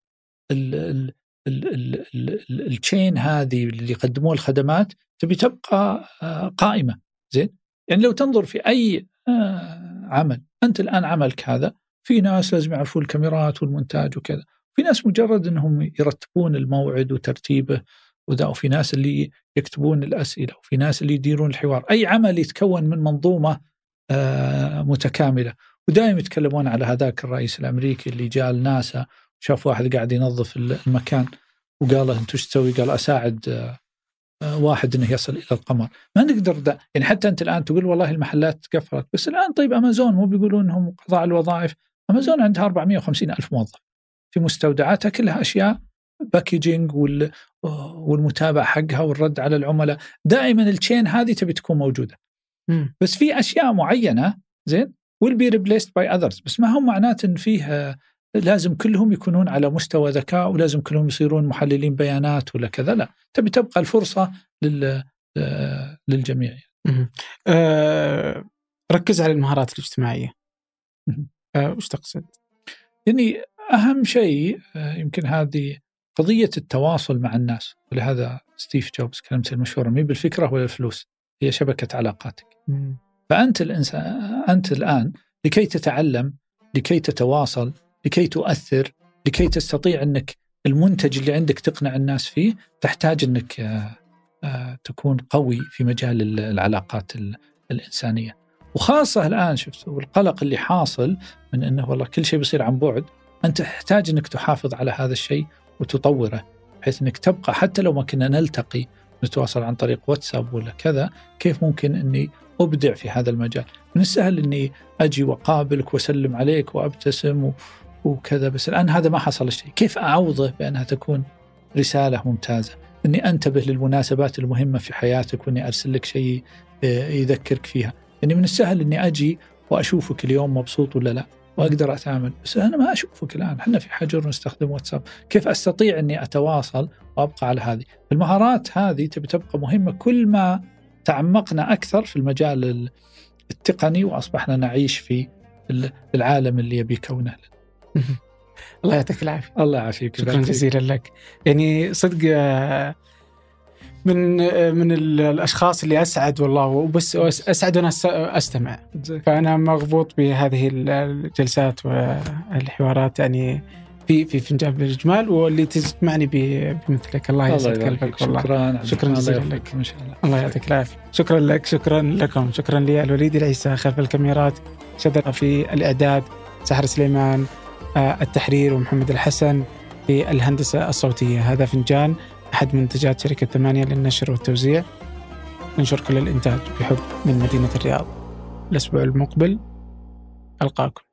التشين هذه اللي يقدمون الخدمات تبي تبقى قائمة. زين، يعني لو تنظر في أي عمل، أنت الآن عملك هذا في ناس لازم يعرفون الكاميرات والمونتاج وكذا، في ناس مجرد أنهم يرتبون الموعد وترتيبه وذا، وفي ناس اللي يكتبون الأسئلة، وفي ناس اللي يديرون الحوار. أي عمل يتكون من منظومة متكاملة. ودائما يتكلمون على هذاك الرئيس الأمريكي اللي جاء الناسا شاف واحد قاعد ينظف المكان وقال له أنت وش تسوي؟ قال أساعد واحد إنه يصل إلى القمر. ما نقدر ده، يعني حتى أنت الآن تقول والله المحلات قفلت، بس الآن طيب أمازون مو بيقولون إنهم قضاء الوظائف؟ أمازون عندها 450 ألف موظف في مستودعاتها كلها أشياء باكيجينج والمتابعة حقها والرد على العملاء. دائما التشين هذه تبي تكون موجودة. بس في أشياء معينة زين will be replaced by others، بس ما هم معناته إن فيه لازم كلهم يكونون على مستوى ذكاء ولازم كلهم يصيرون محللين بيانات ولا كذا. لا، تبي تبقى الفرصة للجميع. ركز على المهارات الاجتماعية. وش تقصد؟ يعني أهم شيء يمكن هذه قضية التواصل مع الناس، ولهذا ستيف جوبز كلمته المشهورة مي بالفكرة ولا الفلوس، هي شبكة علاقاتك. فأنت الإنسان، أنت الآن لكي تتعلم، لكي تتواصل، لكي تؤثر، لكي تستطيع أنك المنتج اللي عندك تقنع الناس فيه، تحتاج أنك تكون قوي في مجال العلاقات الإنسانية. وخاصة الآن شفت والقلق اللي حاصل من أنه والله كل شيء بيصير عن بعد، أنت تحتاج أنك تحافظ على هذا الشيء وتطوره بحيث أنك تبقى حتى لو ما كنا نلتقي نتواصل عن طريق واتساب ولا كذا، كيف ممكن أني أبدع في هذا المجال؟ من السهل أني أجي وقابلك وأسلم عليك وأبتسم وكذا، بس الآن هذا ما حصل شيء. كيف أعوضه بأنها تكون رسالة ممتازة؟ أني أنتبه للمناسبات المهمة في حياتك وأني أرسل لك شيء يذكرك فيها. يعني من السهل أني أجي وأشوفك اليوم مبسوط ولا لا وأقدر أتعامل، بس أنا ما أشوفك الآن، إحنا في حجر نستخدم واتساب. كيف أستطيع أني أتواصل وأبقى على هذه المهارات؟ هذه تبي تبقى مهمة كل ما تعمقنا أكثر في المجال التقني وأصبحنا نعيش في العالم اللي يبي كونه. الله يعطيك العافية. الله يعافيك. شكرا جزيلا لك. يعني صدق من الأشخاص اللي أسعد والله، وبس أسعد وأنا أستمع. فأنا مغبوط بهذه الجلسات والحوارات، يعني في فنجان بالإجمال، واللي تجمعني بمثلك. الله يسعد قلبك والله. شكرا جزيلا لك. إن شاء الله. الله يعطيك العافية. شكرا لك، شكرا لكم، شكرا لي الوليد العيسى خلف الكاميرات، شذر في الإعداد، سحر سليمان التحرير، ومحمد الحسن في الهندسة الصوتية. هذا فنجان أحد منتجات شركة 8 للنشر والتوزيع، ننشر كل الإنتاج بحب من مدينة الرياض. الأسبوع المقبل ألقاكم.